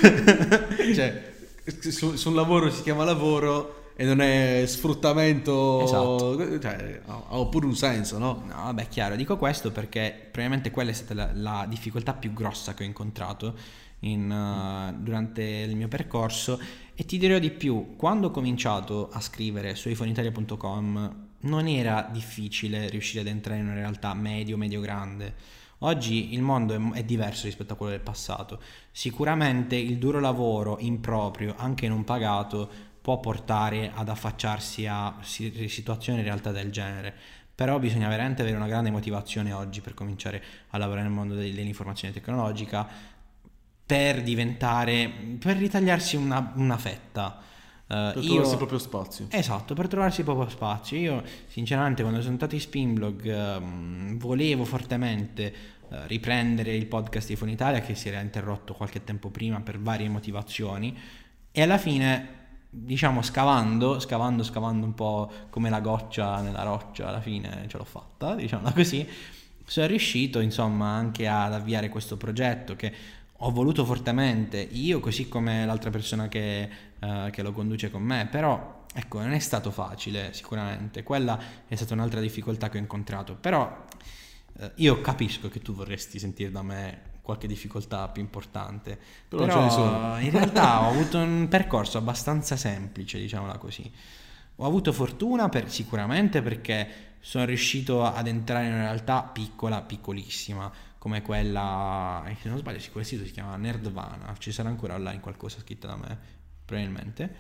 Cioè, su un lavoro si chiama lavoro e non è sfruttamento. Esatto. Cioè, ha pure un senso, no? No, vabbè, chiaro. Dico questo perché probabilmente quella è stata la difficoltà più grossa che ho incontrato durante il mio percorso. E ti dirò di più: quando ho cominciato a scrivere su iPhoneitalia.com non era difficile riuscire ad entrare in una realtà medio grande. Oggi il mondo è diverso rispetto a quello del passato. Sicuramente il duro lavoro improprio, anche non pagato, può portare ad affacciarsi a situazioni in realtà del genere. Però bisogna veramente avere una grande motivazione oggi per cominciare a lavorare nel mondo dell'informazione tecnologica, per ritagliarsi una fetta. Per trovarsi proprio spazio. Esatto, per trovarsi proprio spazio. Io sinceramente, quando sono entrato in Spinblog, volevo fortemente riprendere il podcast di iPhoneitalia, che si era interrotto qualche tempo prima per varie motivazioni, e alla fine, diciamo, scavando un po' come la goccia nella roccia, alla fine ce l'ho fatta, diciamola così. Sono riuscito, insomma, anche ad avviare questo progetto che ho voluto fortemente io, così come l'altra persona che lo conduce con me. Però ecco, non è stato facile, sicuramente quella è stata un'altra difficoltà che ho incontrato. Però io capisco che tu vorresti sentire da me qualche difficoltà più importante, però ce ne sono. In realtà ho avuto un percorso abbastanza semplice, diciamola così. Ho avuto fortuna sicuramente, perché sono riuscito ad entrare in una realtà piccolissima come quella, se non sbaglio quel sito si chiama Nerdvana, ci sarà ancora online qualcosa scritto da me probabilmente,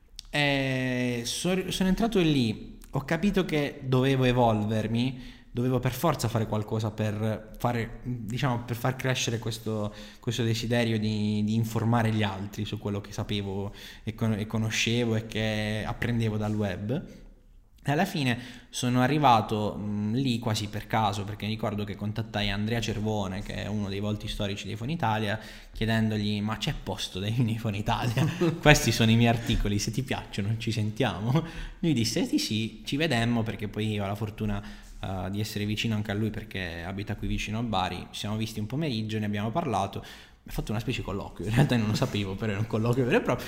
e sono entrato lì, ho capito che dovevo evolvermi, dovevo per forza fare qualcosa per far crescere questo desiderio di informare gli altri su quello che sapevo e conoscevo e che apprendevo dal web. E alla fine sono arrivato lì quasi per caso, perché mi ricordo che contattai Andrea Cervone, che è uno dei volti storici di iPhoneitalia, chiedendogli: ma c'è posto da iPhoneitalia? Questi sono i miei articoli, se ti piacciono ci sentiamo. Lui disse sì, ci vedemmo, perché poi io ho la fortuna di essere vicino anche a lui, perché abita qui vicino a Bari. Ci siamo visti un pomeriggio, ne abbiamo parlato, mi ha fatto una specie di colloquio, in realtà non lo sapevo, però era un colloquio vero e proprio.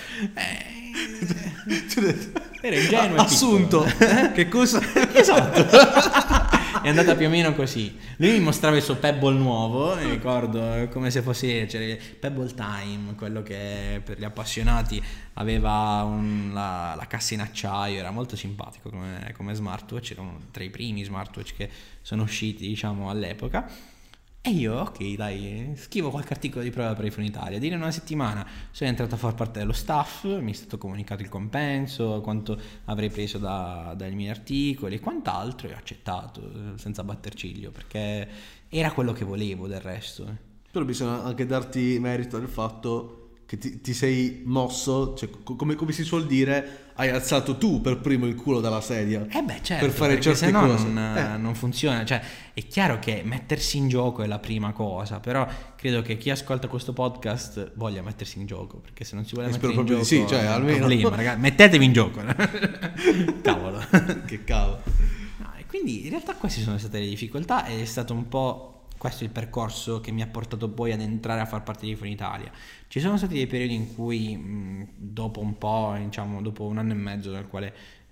Era ingenuo, assunto. Che cosa? Esatto. È andata più o meno così. Lui mi mostrava il suo Pebble nuovo, mi ricordo, come se fosse, c'era il Pebble Time, quello che per gli appassionati aveva la cassa in acciaio, era molto simpatico come smartwatch, era uno tra i primi smartwatch che sono usciti, diciamo, all'epoca. E io, ok, dai, scrivo qualche articolo di prova per iPhoneitalia. Di una settimana sono entrato a far parte dello staff, mi è stato comunicato il compenso, quanto avrei preso dai miei articoli e quant'altro, e ho accettato senza batter ciglio, perché era quello che volevo, del resto. Però bisogna anche darti merito del fatto che ti sei mosso, cioè come si suol dire, hai alzato tu per primo il culo dalla sedia. Certo, per fare certe sennò cose. Non funziona. Cioè, è chiaro che mettersi in gioco è la prima cosa, però credo che chi ascolta questo podcast voglia mettersi in gioco, perché se non si vuole mettere in gioco, sì, cioè, almeno problema, ragazzi, mettetevi in gioco. Cavolo. Che cavolo. No, e quindi in realtà queste sono state le difficoltà, ed è stato un po' questo il percorso che mi ha portato poi ad entrare a far parte di iPhoneitalia. Ci sono stati dei periodi in cui dopo un po', diciamo dopo un anno e mezzo dal quale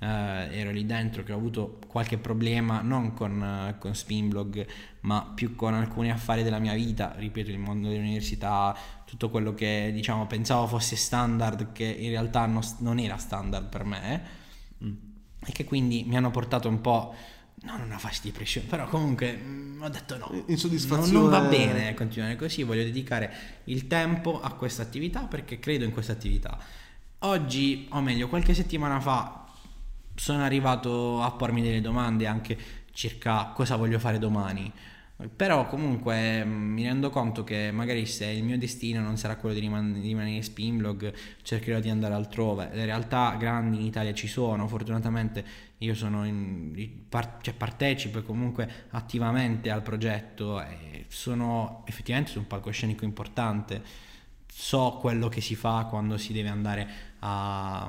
ero lì dentro, che ho avuto qualche problema non con Spinblog, ma più con alcuni affari della mia vita, ripeto, il mondo dell'università, tutto quello che diciamo pensavo fosse standard, che in realtà non era standard per me, e che quindi mi hanno portato un po', non una fase di depressione, però comunque ho detto no, insoddisfazione. non va bene continuare così, voglio dedicare il tempo a questa attività perché credo in questa attività. Oggi, o meglio qualche settimana fa, sono arrivato a pormi delle domande anche circa cosa voglio fare domani, però comunque mi rendo conto che magari se il mio destino non sarà quello di rimanere in Spinblog, cercherò di andare altrove. Le realtà grandi in Italia ci sono, fortunatamente io sono partecipo comunque attivamente al progetto e sono effettivamente su un palcoscenico importante. So quello che si fa quando si deve andare a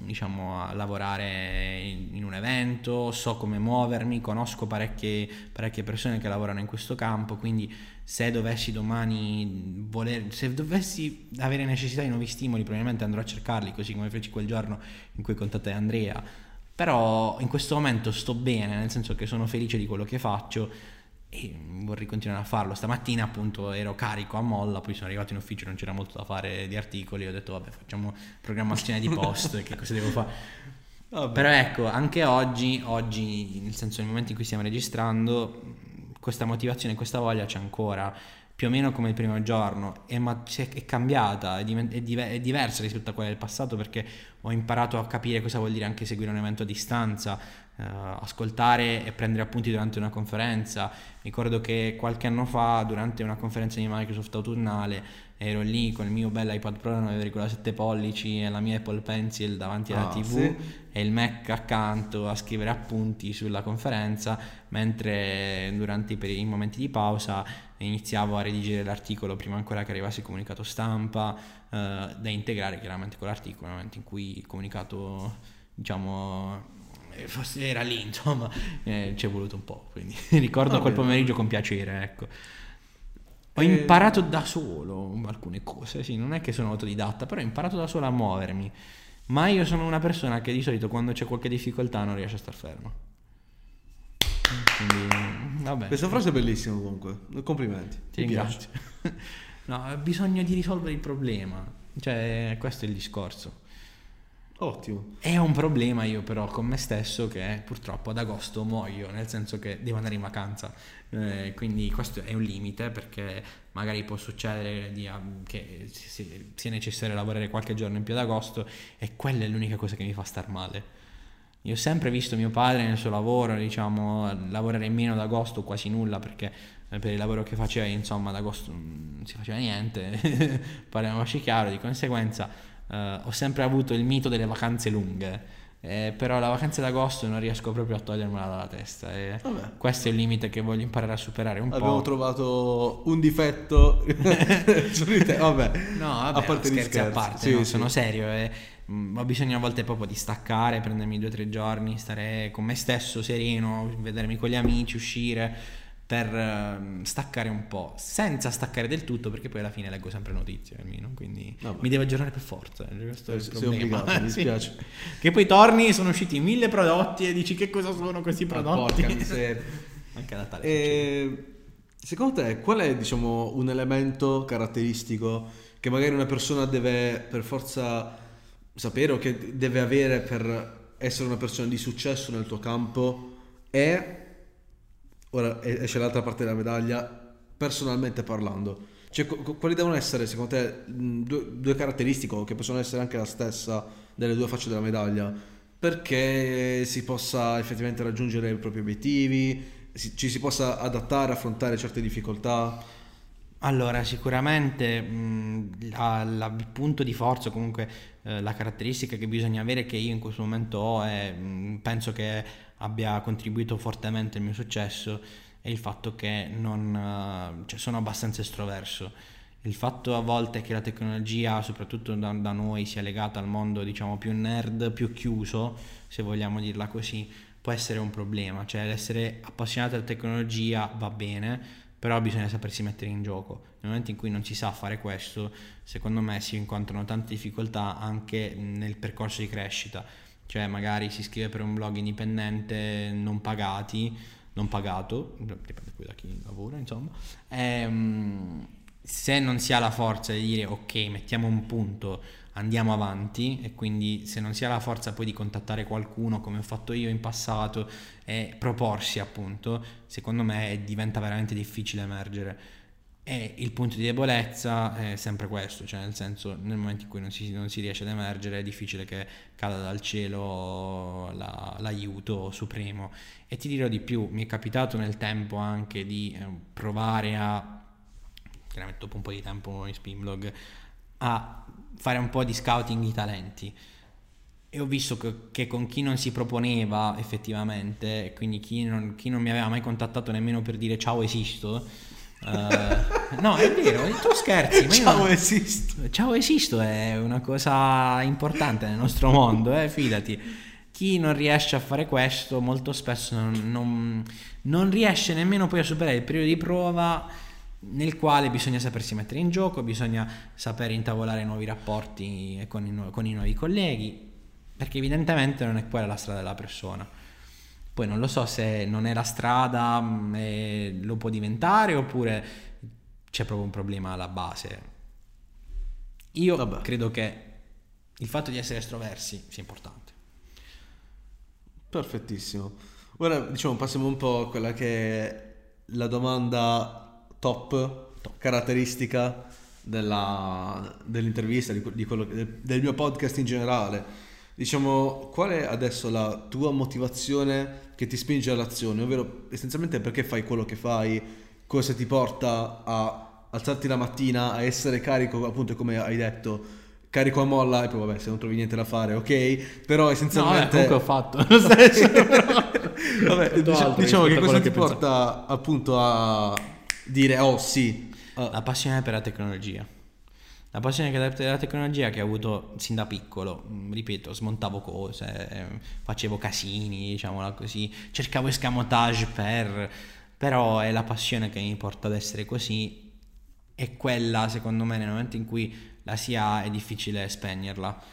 lavorare in un evento, so come muovermi, conosco parecchie persone che lavorano in questo campo, quindi se dovessi domani se dovessi avere necessità di nuovi stimoli, probabilmente andrò a cercarli, così come feci quel giorno in cui contattai Andrea. Però in questo momento sto bene, nel senso che sono felice di quello che faccio e vorrei continuare a farlo. Stamattina appunto ero carico a molla, poi sono arrivato in ufficio, non c'era molto da fare di articoli, ho detto vabbè, facciamo programmazione di post, che cosa devo fare. Vabbè. Però ecco, anche oggi, nel senso nel momento in cui stiamo registrando, questa motivazione, questa voglia c'è ancora, più o meno come il primo giorno, è cambiata, è diversa rispetto a quella del passato, perché ho imparato a capire cosa vuol dire anche seguire un evento a distanza, ascoltare e prendere appunti durante una conferenza. Ricordo che qualche anno fa, durante una conferenza di Microsoft autunnale, ero lì con il mio bel iPad Pro 9,7 pollici e la mia Apple Pencil davanti alla TV, sì, e il Mac accanto a scrivere appunti sulla conferenza, mentre durante i momenti di pausa iniziavo a redigere l'articolo prima ancora che arrivasse il comunicato stampa, da integrare chiaramente con l'articolo nel momento in cui il comunicato era lì, insomma, ci è voluto un po', quindi ricordo quel pomeriggio con piacere, ecco. Ho imparato da solo alcune cose, sì, non è che sono autodidatta, però ho imparato da solo a muovermi, ma io sono una persona che di solito quando c'è qualche difficoltà non riesce a star fermo. Quindi, vabbè. Questa frase è bellissima comunque, complimenti. Ti ringrazio. No, ho bisogno di risolvere il problema, cioè questo è il discorso. Ottimo. È un problema io però con me stesso che purtroppo ad agosto muoio, nel senso che devo andare in vacanza, quindi questo è un limite, perché magari può succedere che sia necessario lavorare qualche giorno in più ad agosto, e quella è l'unica cosa che mi fa star male. Io ho sempre visto mio padre nel suo lavoro, lavorare meno ad agosto, quasi nulla, perché per il lavoro che faceva, insomma, ad agosto non si faceva niente, parliamoci chiaro. Di conseguenza ho sempre avuto il mito delle vacanze lunghe, però la vacanza d'agosto non riesco proprio a togliermela dalla testa, e questo è il limite che voglio imparare a superare un po'. Abbiamo trovato un difetto su di te, vabbè. No, vabbè, a parte scherzi a parte, sì, no, sì. Sono serio, ho bisogno a volte proprio di staccare, prendermi 2 o 3 giorni, stare con me stesso sereno, vedermi con gli amici, uscire, per staccare un po', senza staccare del tutto, perché poi alla fine leggo sempre notizie almeno, quindi mi devo aggiornare per forza. Questo è il problema. Obbligato, mi dispiace. Che poi torni, sono usciti 1000 prodotti e dici che cosa sono questi prodotti. Porca miseria. Anche a Natale. Secondo te qual è, diciamo, un elemento caratteristico che magari una persona deve per forza sapere o che deve avere per essere una persona di successo nel tuo campo, e ora esce l'altra parte della medaglia, personalmente parlando, cioè quali devono essere secondo te due caratteristiche che possono essere anche la stessa delle due facce della medaglia, perché si possa effettivamente raggiungere i propri obiettivi, ci si possa adattare, affrontare certe difficoltà? Allora, sicuramente il punto di forza, comunque la caratteristica che bisogna avere, che io in questo momento ho, e penso che abbia contribuito fortemente al mio successo, è il fatto che sono abbastanza estroverso. Il fatto a volte che la tecnologia, soprattutto da noi, sia legata al mondo, diciamo, più nerd, più chiuso, se vogliamo dirla così, può essere un problema. Cioè, l'essere appassionati alla tecnologia va bene, però bisogna sapersi mettere in gioco. Nel momento in cui non si sa fare questo, secondo me si incontrano tante difficoltà anche nel percorso di crescita. cioè magari si iscrive per un blog indipendente non pagato, dipende poi da chi lavora, insomma. Se non si ha la forza di dire ok, mettiamo un punto, andiamo avanti, e quindi se non si ha la forza poi di contattare qualcuno come ho fatto io in passato e proporsi, appunto, secondo me diventa veramente difficile emergere. E il punto di debolezza è sempre questo, cioè nel senso, nel momento in cui non si riesce ad emergere è difficile che cada dal cielo l'aiuto supremo. E ti dirò di più, mi è capitato nel tempo anche di provare chiaramente dopo un po' di tempo in Spimblog, a fare un po' di scouting di talenti, e ho visto che con chi non si proponeva effettivamente, quindi chi non mi aveva mai contattato nemmeno per dire ciao esisto, no, è vero, tu scherzi, ma ciao esisto è una cosa importante nel nostro mondo, fidati. Chi non riesce a fare questo molto spesso non riesce nemmeno poi a superare il periodo di prova, nel quale bisogna sapersi mettere in gioco, bisogna saper intavolare nuovi rapporti con i nuovi colleghi, perché evidentemente non è quella la strada della persona. Poi non lo so se non è la strada e lo può diventare, oppure c'è proprio un problema alla base. Io credo che il fatto di essere estroversi sia importante. Perfettissimo. Ora diciamo passiamo un po' a quella che è la domanda top. Caratteristica dell'intervista, di quello, del mio podcast in generale. Diciamo, qual è adesso la tua motivazione che ti spinge all'azione, ovvero essenzialmente perché fai quello che fai, cosa ti porta a alzarti la mattina, a essere carico, appunto come hai detto, carico a molla, e poi vabbè, se non trovi niente da fare, ok, però essenzialmente... No, comunque ho fatto lo stesso. Vabbè, diciamo che cosa ti porta appunto a dire oh sì. La passione per la tecnologia. La passione per la tecnologia che ho avuto sin da piccolo, ripeto, smontavo cose, facevo casini, diciamola così, cercavo escamotage però è la passione che mi porta ad essere così, e quella secondo me nel momento in cui la si ha è difficile spegnerla.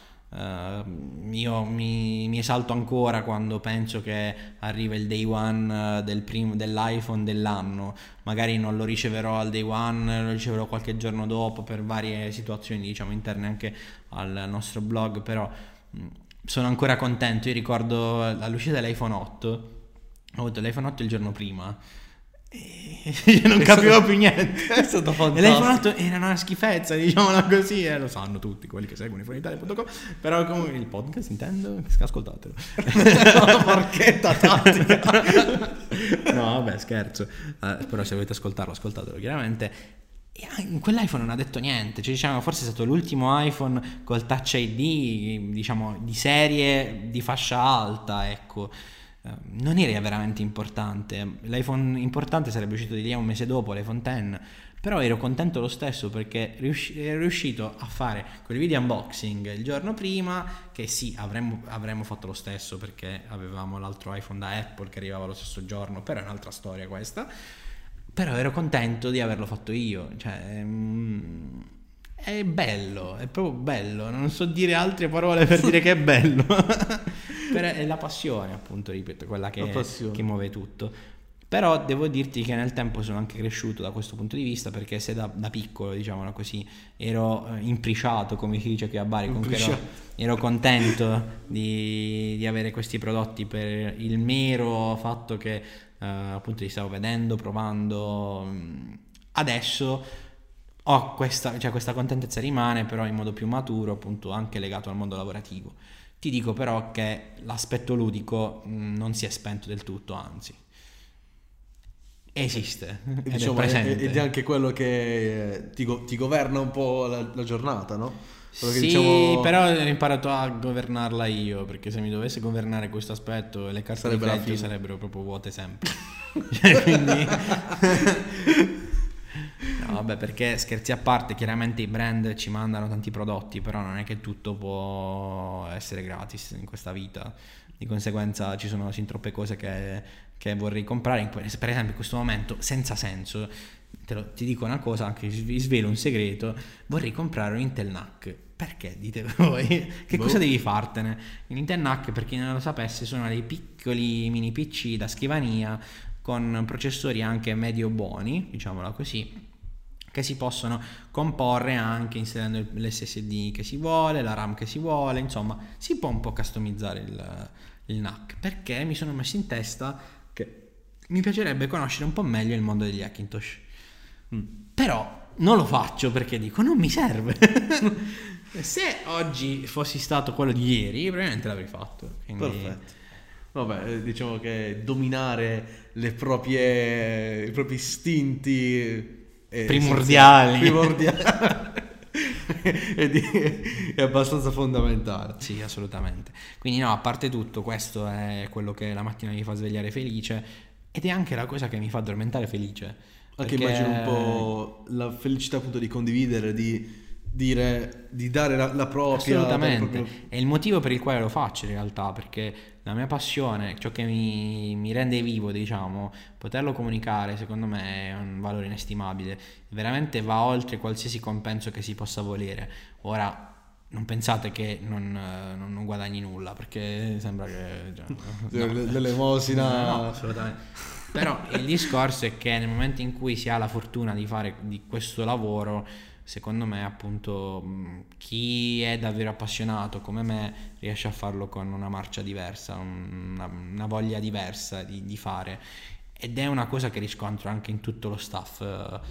Io mi esalto ancora quando penso che arriva il day one dell'iPhone dell'anno. Magari non lo riceverò al day one, lo riceverò qualche giorno dopo per varie situazioni, diciamo, interne anche al nostro blog, però sono ancora contento. Io ricordo l'uscita dell'iPhone 8, ho avuto l'iPhone 8 il giorno prima e io non capivo più niente. È stato fantastico. E l'iPhone 8 era una schifezza, diciamola così, lo sanno tutti quelli che seguono iPhoneitalia.com, però come il podcast intendo, ascoltatelo. Porchetta tattica. No vabbè, scherzo, però se volete ascoltatelo chiaramente. E quell'iPhone non ha detto niente, cioè diciamo forse è stato l'ultimo iPhone col Touch ID, diciamo di serie di fascia alta, ecco. Non era veramente importante. L'iPhone importante sarebbe uscito di lì un mese dopo, l'iPhone X, però ero contento lo stesso perché ero riuscito a fare quel video unboxing il giorno prima, che sì, avremmo fatto lo stesso perché avevamo l'altro iPhone da Apple che arrivava lo stesso giorno, però è un'altra storia questa. Però ero contento di averlo fatto io, cioè è bello, è proprio bello, non so dire altre parole per dire che è bello. Però è la passione, appunto, ripeto, quella che muove tutto. Però devo dirti che nel tempo sono anche cresciuto da questo punto di vista, perché se da piccolo, diciamolo così, ero impriciato, come si dice qui a Bari, comunque ero contento di avere questi prodotti per il mero fatto che appunto li stavo vedendo, provando. Adesso ho questa contentezza rimane, però in modo più maturo, appunto anche legato al mondo lavorativo. Ti dico però che l'aspetto ludico non si è spento del tutto, anzi esiste, diciamo, è presente. ed è anche quello che ti governa un po' la giornata, no? Quello che sì, diciamo... però ho imparato a governarla io, perché se mi dovesse governare questo aspetto le carte di credito sarebbero proprio vuote sempre. Quindi... No, vabbè, perché scherzi a parte, chiaramente i brand ci mandano tanti prodotti, però non è che tutto può essere gratis in questa vita. Di conseguenza ci sono sin troppe cose che vorrei comprare. Per esempio in questo momento, senza senso, ti dico una cosa, anche vi svelo un segreto, vorrei comprare un Intel NUC. Perché, dite voi? Che cosa devi fartene? Un Intel NUC, per chi non lo sapesse, sono dei piccoli mini PC da scrivania con processori anche medio buoni, diciamola così, che si possono comporre anche inserendo l'SSD che si vuole, la RAM che si vuole, insomma si può un po' customizzare il NUC, perché mi sono messo in testa che mi piacerebbe conoscere un po' meglio il mondo degli Hackintosh. Però non lo faccio perché dico non mi serve. Se oggi fossi stato quello di ieri probabilmente l'avrei fatto, quindi... Perfetto. Vabbè, diciamo che dominare i propri istinti primordiali è abbastanza fondamentale. Sì, assolutamente. Quindi no, a parte tutto, questo è quello che la mattina mi fa svegliare felice ed è anche la cosa che mi fa addormentare felice. Anche immagino un po' la felicità appunto di condividere, di dire, di dare la propria. Assolutamente. È il motivo per il quale lo faccio in realtà, perché la mia passione, ciò che mi rende vivo, diciamo, poterlo comunicare, secondo me è un valore inestimabile. Veramente va oltre qualsiasi compenso che si possa volere. Ora, non pensate che non guadagni nulla, perché sembra che... Dell'elemosina... No, assolutamente. Però il discorso è che nel momento in cui si ha la fortuna di fare di questo lavoro, secondo me appunto chi è davvero appassionato come me riesce a farlo con una marcia diversa, una voglia diversa di fare, ed è una cosa che riscontro anche in tutto lo staff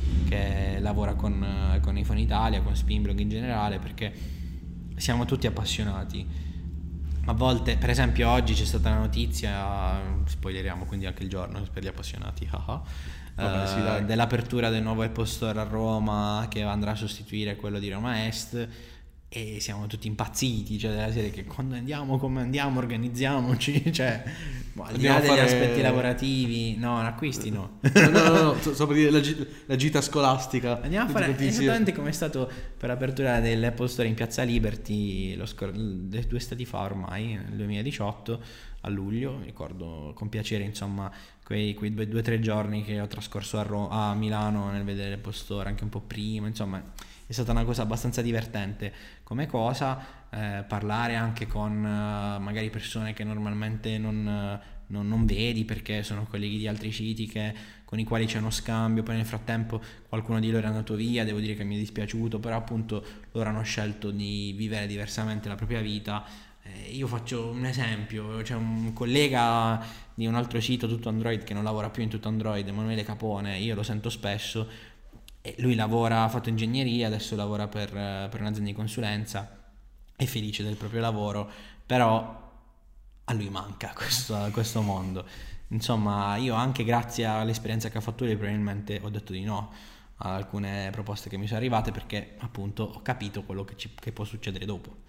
che lavora con iPhone Italia, con Spinblog in generale, perché siamo tutti appassionati. A volte, per esempio oggi c'è stata la notizia, spoileriamo quindi anche il giorno per gli appassionati, Vabbè, sì, dell'apertura del nuovo Apple Store a Roma che andrà a sostituire quello di Roma Est, e siamo tutti impazziti, cioè della serie che quando andiamo, come andiamo, organizziamoci, cioè al di là degli aspetti lavorativi, no, acquisti no. No, so per dire la gita scolastica. Andiamo a fare esattamente come è stato per l'apertura dell'Apple Store in Piazza Liberty 2 estati fa ormai, nel 2018 a luglio. Ricordo con piacere insomma quei 2 o 3 giorni che ho trascorso a Milano nel vedere l'Apple Store, anche un po' prima, insomma è stata una cosa abbastanza divertente come cosa, parlare anche con magari persone che normalmente non vedi perché sono colleghi di altri siti con i quali c'è uno scambio, poi nel frattempo qualcuno di loro è andato via, devo dire che mi è dispiaciuto, però appunto loro hanno scelto di vivere diversamente la propria vita. Io faccio un esempio, c'è un collega di un altro sito tutto Android che non lavora più in tutto Android, Emanuele Capone, io lo sento spesso, e lui ha fatto ingegneria, adesso lavora per un'azienda di consulenza, è felice del proprio lavoro, però a lui manca questo mondo. Insomma, io anche grazie all'esperienza che ha fatto lui probabilmente ho detto di no a alcune proposte che mi sono arrivate, perché appunto ho capito quello che può succedere dopo.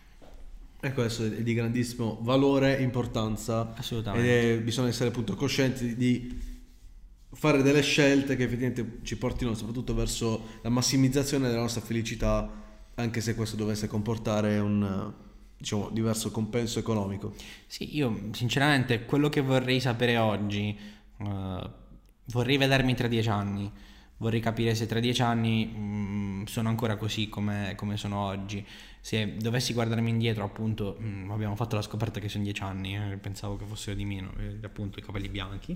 E questo è di grandissimo valore e importanza. Assolutamente. Bisogna essere appunto coscienti di fare delle scelte che effettivamente ci portino soprattutto verso la massimizzazione della nostra felicità, anche se questo dovesse comportare un diverso compenso economico. Sì, io sinceramente quello che vorrei sapere oggi, vorrei vedermi tra 10 anni, vorrei capire se tra 10 anni sono ancora così come sono oggi. Se dovessi guardarmi indietro, appunto, abbiamo fatto la scoperta che sono 10 anni, pensavo che fossero di meno, appunto i capelli bianchi.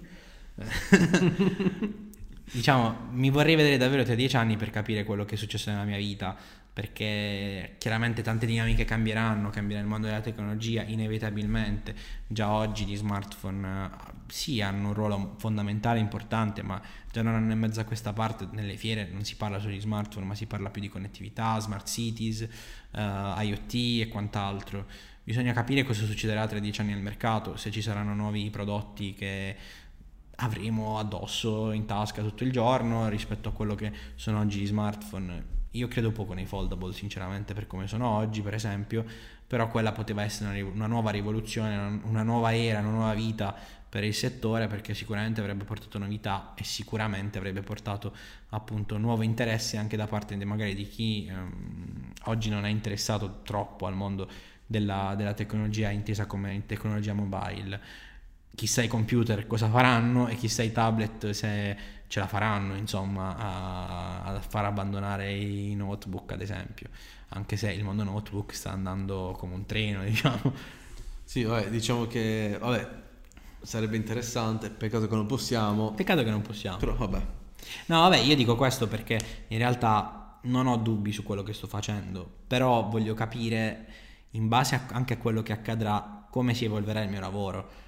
Diciamo, mi vorrei vedere davvero tra 10 anni per capire quello che è successo nella mia vita, perché chiaramente tante dinamiche cambierà il mondo della tecnologia inevitabilmente. Già oggi gli smartphone sì hanno un ruolo fondamentale, importante, ma già da un anno e mezzo a questa parte nelle fiere non si parla solo di smartphone, ma si parla più di connettività, smart cities, IoT e quant'altro. Bisogna capire cosa succederà tra 10 anni nel mercato, se ci saranno nuovi prodotti che avremo addosso in tasca tutto il giorno rispetto a quello che sono oggi gli smartphone. io credo poco nei foldable sinceramente per come sono oggi, per esempio, però quella poteva essere una nuova rivoluzione, una nuova era, una nuova vita per il settore, perché sicuramente avrebbe portato novità e sicuramente avrebbe portato appunto nuovo interesse anche da parte magari di chi oggi non è interessato troppo al mondo della tecnologia intesa come tecnologia mobile. Chissà i computer cosa faranno e chissà i tablet se ce la faranno, insomma, a far abbandonare i notebook, ad esempio, anche se il mondo notebook sta andando come un treno, diciamo. Sì, vabbè, diciamo che sarebbe interessante, peccato che non possiamo. Però vabbè. No, vabbè, io dico questo perché in realtà non ho dubbi su quello che sto facendo, però voglio capire in base anche a quello che accadrà come si evolverà il mio lavoro,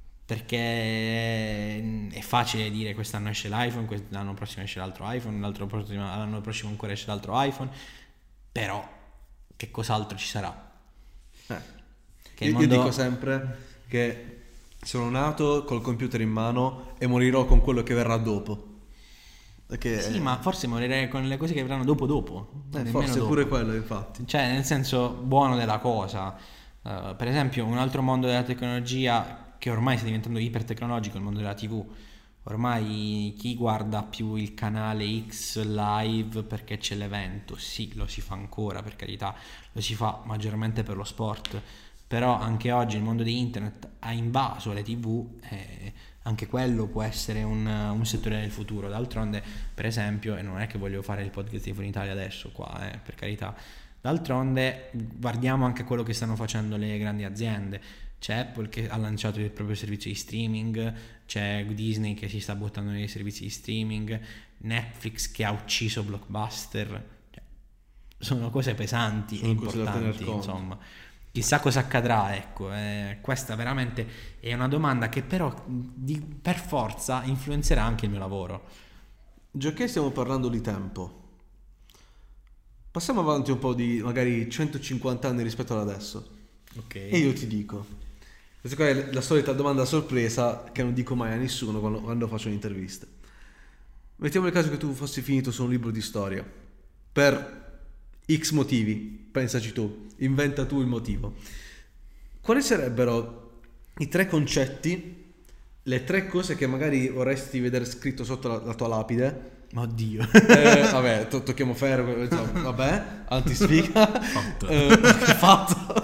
perché è facile dire quest'anno esce l'iPhone, l'anno prossimo esce l'altro iPhone, l'anno prossimo ancora esce l'altro iPhone, però che cos'altro ci sarà? Io dico sempre che sono nato col computer in mano e morirò con quello che verrà dopo. Perché sì, ma forse morirei con le cose che verranno dopo. Forse dopo. pure quello, infatti. Cioè, nel senso buono della cosa. Per esempio, un altro mondo della tecnologia che ormai sta diventando ipertecnologico, il mondo della TV. Ormai chi guarda più il canale X live perché c'è l'evento? Sì, lo si fa ancora, per carità, lo si fa maggiormente per lo sport, però anche oggi il mondo di internet ha invaso le TV e anche quello può essere un settore del futuro. D'altronde, per esempio, e non è che voglio fare il podcast di Fuori Italia adesso qua, per carità, d'altronde guardiamo anche quello che stanno facendo le grandi aziende. C'è Apple che ha lanciato il proprio servizio di streaming, c'è Disney che si sta buttando nei servizi di streaming, Netflix che ha ucciso Blockbuster. Sono cose pesanti e importanti, insomma. Chissà cosa accadrà, ecco. Questa veramente è una domanda che però per forza influenzerà anche il mio lavoro. Già che stiamo parlando di tempo, passiamo avanti un po' di magari 150 anni rispetto ad adesso. Ok. E io ti dico, questa qua è la solita domanda a sorpresa che non dico mai a nessuno quando faccio un'intervista. Mettiamo il caso che tu fossi finito su un libro di storia per X motivi, pensaci tu, inventa tu il motivo. Quali sarebbero i 3 concetti, le 3 cose che magari vorresti vedere scritto sotto la tua lapide? Oddio. Vabbè, tocchiamo ferro, insomma, vabbè, antisfiga. Fatto.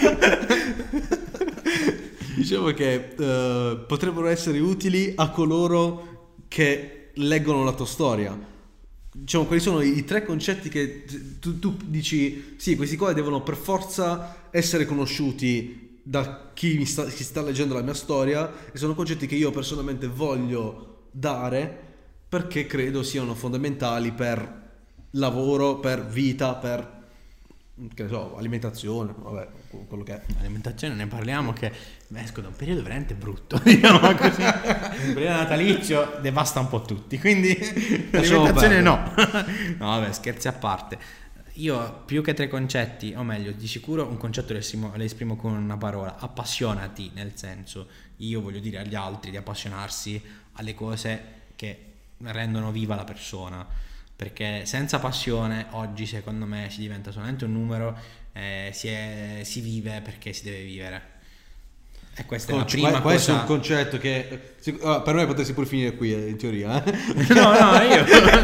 Diciamo che potrebbero essere utili a coloro che leggono la tua storia. Diciamo, quali sono i 3 concetti che tu dici, sì, questi qua devono per forza essere conosciuti da chi sta leggendo la mia storia, e sono concetti che io personalmente voglio dare perché credo siano fondamentali per lavoro, per vita, per, che ne so, alimentazione, vabbè, quello che è. Alimentazione ne parliamo, che esco da un periodo veramente brutto, diciamo così. Il periodo natalizio devasta un po' tutti, quindi l'alimentazione no. No, vabbè, scherzi a parte. Io più che 3 concetti, o meglio, di sicuro un concetto lo esprimo con una parola: appassionati, nel senso, io voglio dire agli altri di appassionarsi alle cose che rendono viva la persona, perché senza passione oggi secondo me si diventa solamente un numero, si vive perché si deve vivere, e questa è la prima cosa. Questo è un concetto che per me potresti pure finire qui, in teoria. No, io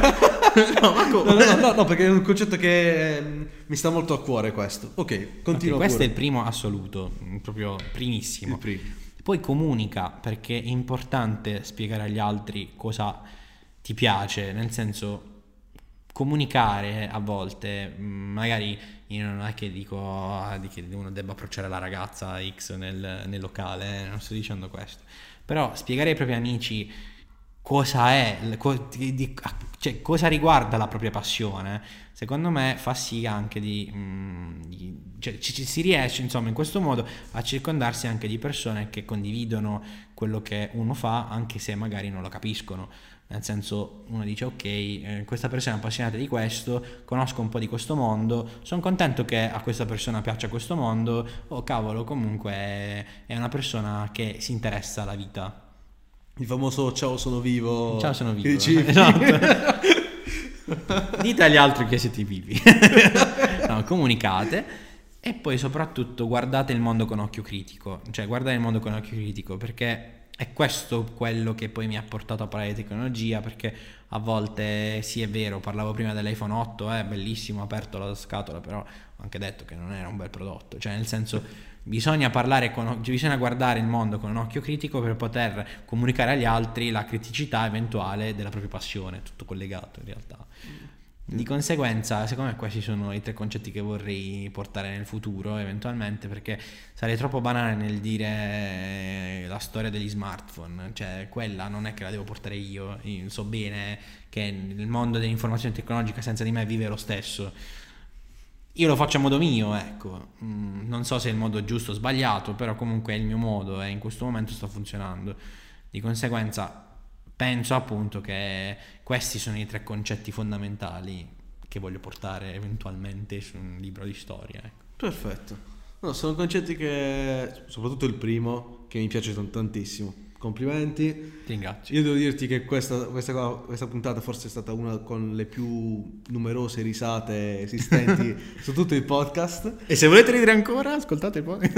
no, perché è un concetto che mi sta molto a cuore, questo. Ok, continua. Questo è il primo assoluto, proprio primissimo. Il primo. Poi comunica, perché è importante spiegare agli altri cosa ti piace, nel senso, comunicare a volte, magari io non è che dico che uno debba approcciare la ragazza X nel locale, non sto dicendo questo, però spiegare ai propri amici cosa è, cioè cosa riguarda la propria passione, secondo me fa sì anche cioè si riesce, insomma, in questo modo a circondarsi anche di persone che condividono quello che uno fa, anche se magari non lo capiscono. Nel senso, uno dice ok, questa persona è appassionata di questo, conosco un po' di questo mondo, sono contento che a questa persona piaccia questo mondo, oh cavolo, comunque è una persona che si interessa alla vita. Il famoso ciao sono vivo. Ciao sono vivo. Dici, esatto. Dite agli altri che siete vivi. No, comunicate. E poi soprattutto guardate il mondo con occhio critico. Cioè guardate il mondo con occhio critico, perché è questo quello che poi mi ha portato a parlare di tecnologia. Perché a volte sì, è vero, parlavo prima dell'iPhone 8, bellissimo, ho aperto la scatola, però ho anche detto che non era un bel prodotto. Cioè nel senso, bisogna guardare il mondo con un occhio critico per poter comunicare agli altri la criticità eventuale della propria passione, tutto collegato in realtà. Di conseguenza, secondo me questi sono i 3 concetti che vorrei portare nel futuro eventualmente, perché sarei troppo banale nel dire la storia degli smartphone. Cioè quella non è che la devo portare io so bene che il mondo dell'informazione tecnologica senza di me vive lo stesso. Io lo faccio a modo mio, ecco. Non so se è il modo giusto o sbagliato, però comunque è il mio modo e in questo momento sta funzionando. Di conseguenza penso appunto che questi sono i 3 concetti fondamentali che voglio portare eventualmente su un libro di storia, ecco. Perfetto. No, sono concetti che, soprattutto il primo, che mi piace tantissimo. Complimenti. Ti ringrazio. Io devo dirti che questa puntata forse è stata una con le più numerose risate esistenti su tutto il podcast. E se volete ridere ancora, ascoltate poi.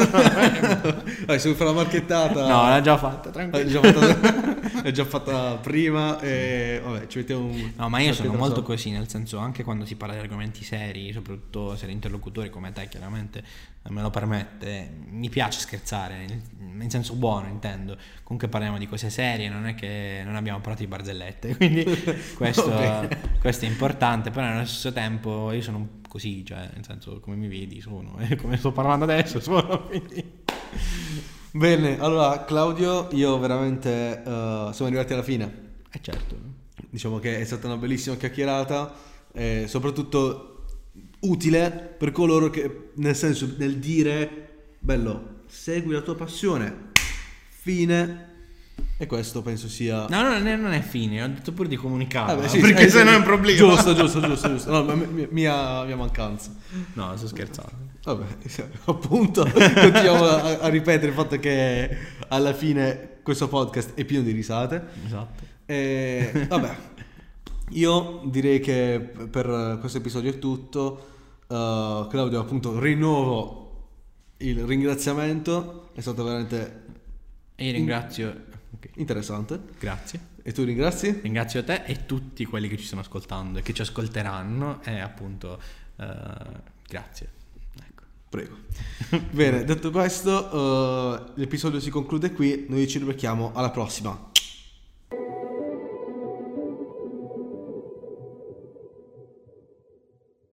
Se vuoi fare la marchettata. No, l'ha già fatta, tranquillo. L'ho già fatta prima e vabbè, ci mettiamo un... No, ma io sono molto così, nel senso, anche quando si parla di argomenti seri, soprattutto se l'interlocutore come te chiaramente me lo permette, mi piace scherzare, in senso buono intendo. Comunque parliamo di cose serie, non è che non abbiamo parlato di barzellette, quindi questo è importante, però nello stesso tempo io sono così, cioè nel senso, come mi vedi sono, come sto parlando adesso sono, quindi... Bene, allora Claudio, io veramente siamo arrivati alla fine. Certo. Diciamo che è stata una bellissima chiacchierata, soprattutto utile per coloro che, nel senso, nel dire bello, segui la tua passione, fine. E questo penso sia... No, non è fine, ho detto pure di comunicare, sì, perché se no è un problema. Giusto. No, mia mancanza. No, sto scherzando. Vabbè, appunto, continuiamo a ripetere il fatto che alla fine questo podcast è pieno di risate. Esatto. Vabbè, io direi che per questo episodio è tutto. Claudio, appunto, rinnovo il ringraziamento, è stato veramente... E io ringrazio... interessante. Grazie. E tu ringrazi? Ringrazio te e tutti quelli che ci stanno ascoltando e che ci ascolteranno e appunto grazie. Ecco. Prego. Bene, detto questo, l'episodio si conclude qui, noi ci rivediamo alla prossima.